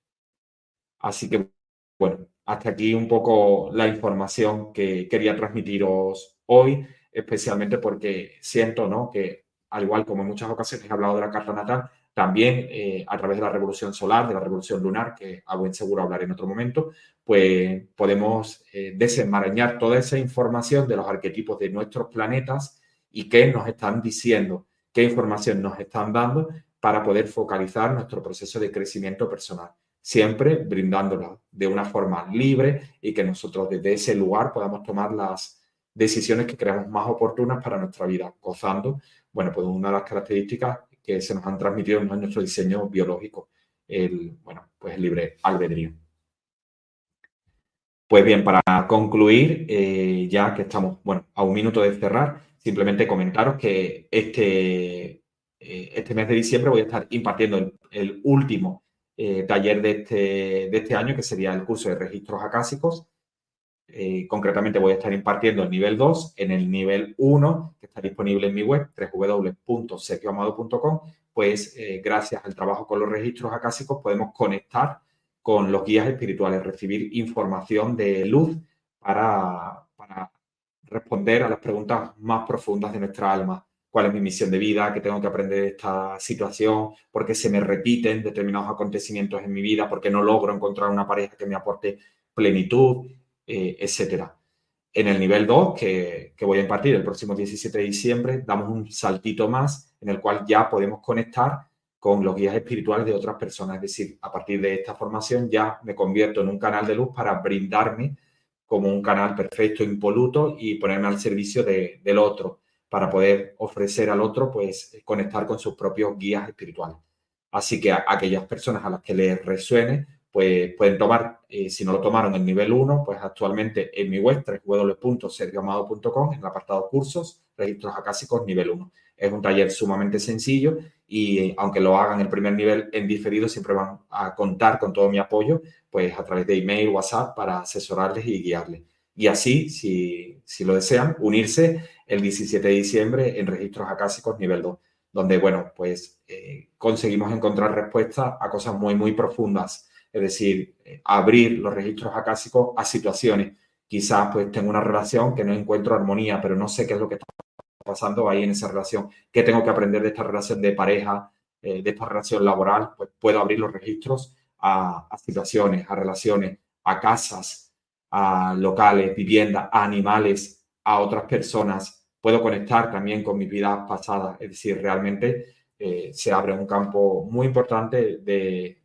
Speaker 2: Así que, bueno, hasta aquí un poco la información que quería transmitiros hoy. especialmente porque siento, ¿no?, que al igual como en muchas ocasiones he hablado de la carta natal, también a través de la revolución solar, de la revolución lunar, que a buen seguro hablaré en otro momento, pues podemos desenmarañar toda esa información de los arquetipos de nuestros planetas y qué nos están diciendo, qué información nos están dando para poder focalizar nuestro proceso de crecimiento personal, siempre brindándola de una forma libre y que nosotros desde ese lugar podamos tomar las decisiones que creamos más oportunas para nuestra vida, gozando, bueno, pues una de las características que se nos han transmitido en nuestro diseño biológico, pues el libre albedrío. Pues bien, para concluir, ya que estamos, bueno, a un minuto de cerrar, simplemente comentaros que este mes de diciembre voy a estar impartiendo el último taller de este año, que sería el curso de registros acásicos. Concretamente voy a estar impartiendo el nivel 2. En el nivel 1, que está disponible en mi web, www.sergioamado.com, pues gracias al trabajo con los registros acásicos podemos conectar con los guías espirituales, recibir información de luz para responder a las preguntas más profundas de nuestra alma. ¿Cuál es mi misión de vida? ¿Qué tengo que aprender de esta situación? ¿Por qué se me repiten determinados acontecimientos en mi vida? ¿Por qué no logro encontrar una pareja que me aporte plenitud? Etcétera. En el nivel 2, que voy a impartir el próximo 17 de diciembre, damos un saltito más en el cual ya podemos conectar con los guías espirituales de otras personas. Es decir, a partir de esta formación ya me convierto en un canal de luz para brindarme como un canal perfecto, impoluto y ponerme al servicio del otro para poder ofrecer al otro, pues, conectar con sus propios guías espirituales. Así que a aquellas personas a las que les resuene, pues pueden tomar, si no lo tomaron en nivel 1, pues actualmente en mi web, www.sergioamado.com, en el apartado cursos, registros acásicos nivel 1. Es un taller sumamente sencillo y aunque lo hagan el primer nivel en diferido, siempre van a contar con todo mi apoyo, pues a través de email, WhatsApp, para asesorarles y guiarles. Y así, si lo desean, unirse el 17 de diciembre en registros acásicos nivel 2, donde, bueno, pues conseguimos encontrar respuestas a cosas muy, muy profundas. Es decir, abrir los registros acásicos a situaciones. Quizás pues tengo una relación que no encuentro armonía, pero no sé qué es lo que está pasando ahí en esa relación. ¿Qué tengo que aprender de esta relación de pareja, de esta relación laboral? Pues puedo abrir los registros a situaciones, a relaciones, a casas, a locales, viviendas, a animales, a otras personas. Puedo conectar también con mis vidas pasadas. Es decir, realmente se abre un campo muy importante de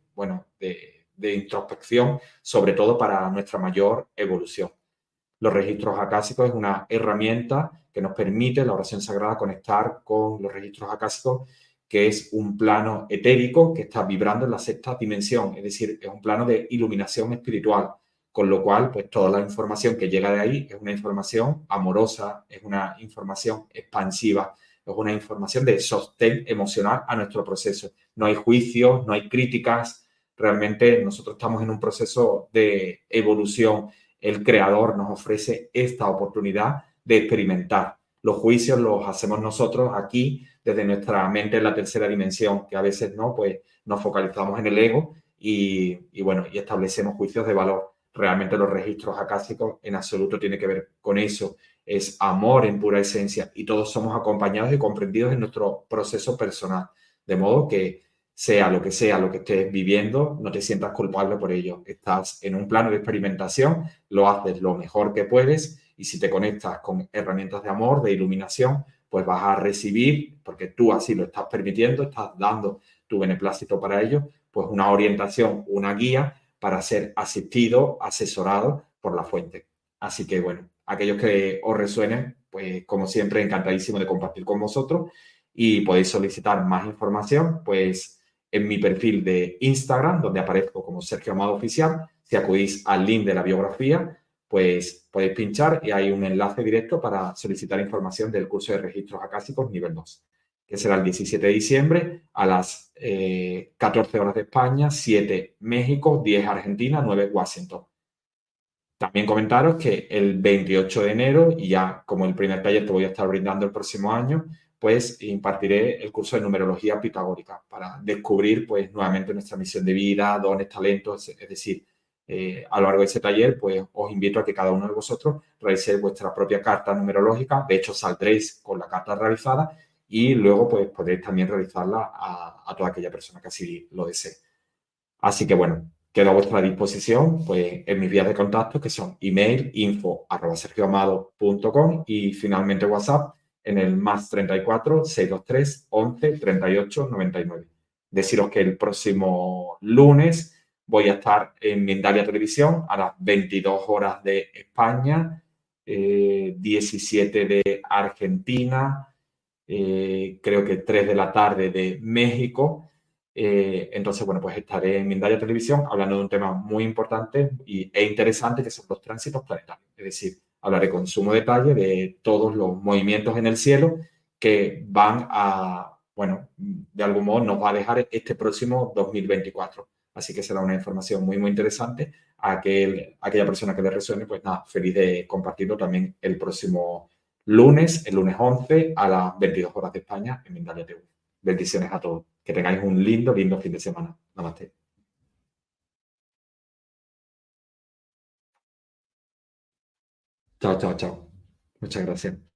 Speaker 2: introspección, sobre todo para nuestra mayor evolución. Los registros acásicos es una herramienta que nos permite, la oración sagrada, conectar con los registros acásicos, que es un plano etérico que está vibrando en la sexta dimensión, es decir, es un plano de iluminación espiritual, con lo cual, pues toda la información que llega de ahí es una información amorosa, es una información expansiva, es una información de sostén emocional a nuestro proceso. No hay juicios, no hay críticas, realmente nosotros estamos en un proceso de evolución. El creador nos ofrece esta oportunidad de experimentar. Los juicios los hacemos nosotros aquí desde nuestra mente en la tercera dimensión, que a veces no, pues nos focalizamos en el ego y establecemos juicios de valor. Realmente los registros acásicos en absoluto tienen que ver con eso. Es amor en pura esencia y todos somos acompañados y comprendidos en nuestro proceso personal. De modo que sea lo que estés viviendo, no te sientas culpable por ello. Estás en un plano de experimentación, lo haces lo mejor que puedes y si te conectas con herramientas de amor, de iluminación, pues vas a recibir, porque tú así lo estás permitiendo, estás dando tu beneplácito para ello, pues una orientación, una guía para ser asistido, asesorado por la fuente. Así que, bueno, aquellos que os resuenen, pues como siempre, encantadísimo de compartir con vosotros y podéis solicitar más información, pues en mi perfil de Instagram, donde aparezco como Sergio Amado Oficial. Si acudís al link de la biografía, pues podéis pinchar y hay un enlace directo para solicitar información del curso de registros acásicos nivel 2, que será el 17 de diciembre a las 14 horas de España, 7 México, 10 Argentina, 9 Washington. También comentaros que el 28 de enero, y ya como el primer taller que voy a estar brindando el próximo año, pues impartiré el curso de numerología pitagórica para descubrir pues nuevamente nuestra misión de vida, dones, talentos, es decir, a lo largo de ese taller, pues os invito a que cada uno de vosotros realicéis vuestra propia carta numerológica. De hecho, saldréis con la carta realizada y luego pues podréis también realizarla a toda aquella persona que así lo desee. Así que bueno, quedo a vuestra disposición pues, en mis vías de contacto, que son email info@sergioamado.com y finalmente WhatsApp en el +34 623 11 38 99. Deciros que el próximo lunes voy a estar en Mindalia Televisión a las 22 horas de España, 17 de Argentina, creo que 3 de la tarde de México. Entonces, bueno, pues estaré en Mindalia Televisión hablando de un tema muy importante e interesante que son los tránsitos planetarios. Es decir, hablaré con sumo detalle de todos los movimientos en el cielo que van a, bueno, de algún modo nos va a dejar este próximo 2024. Así que será una información muy, muy interesante. Aquella persona que le resuene, pues nada, feliz de compartirlo también el próximo lunes, el lunes 11 a las 22 horas de España en Mindalia TV. Bendiciones a todos. Que tengáis un lindo, lindo fin de semana. Namaste. Chao, chao, chao. Muchas gracias.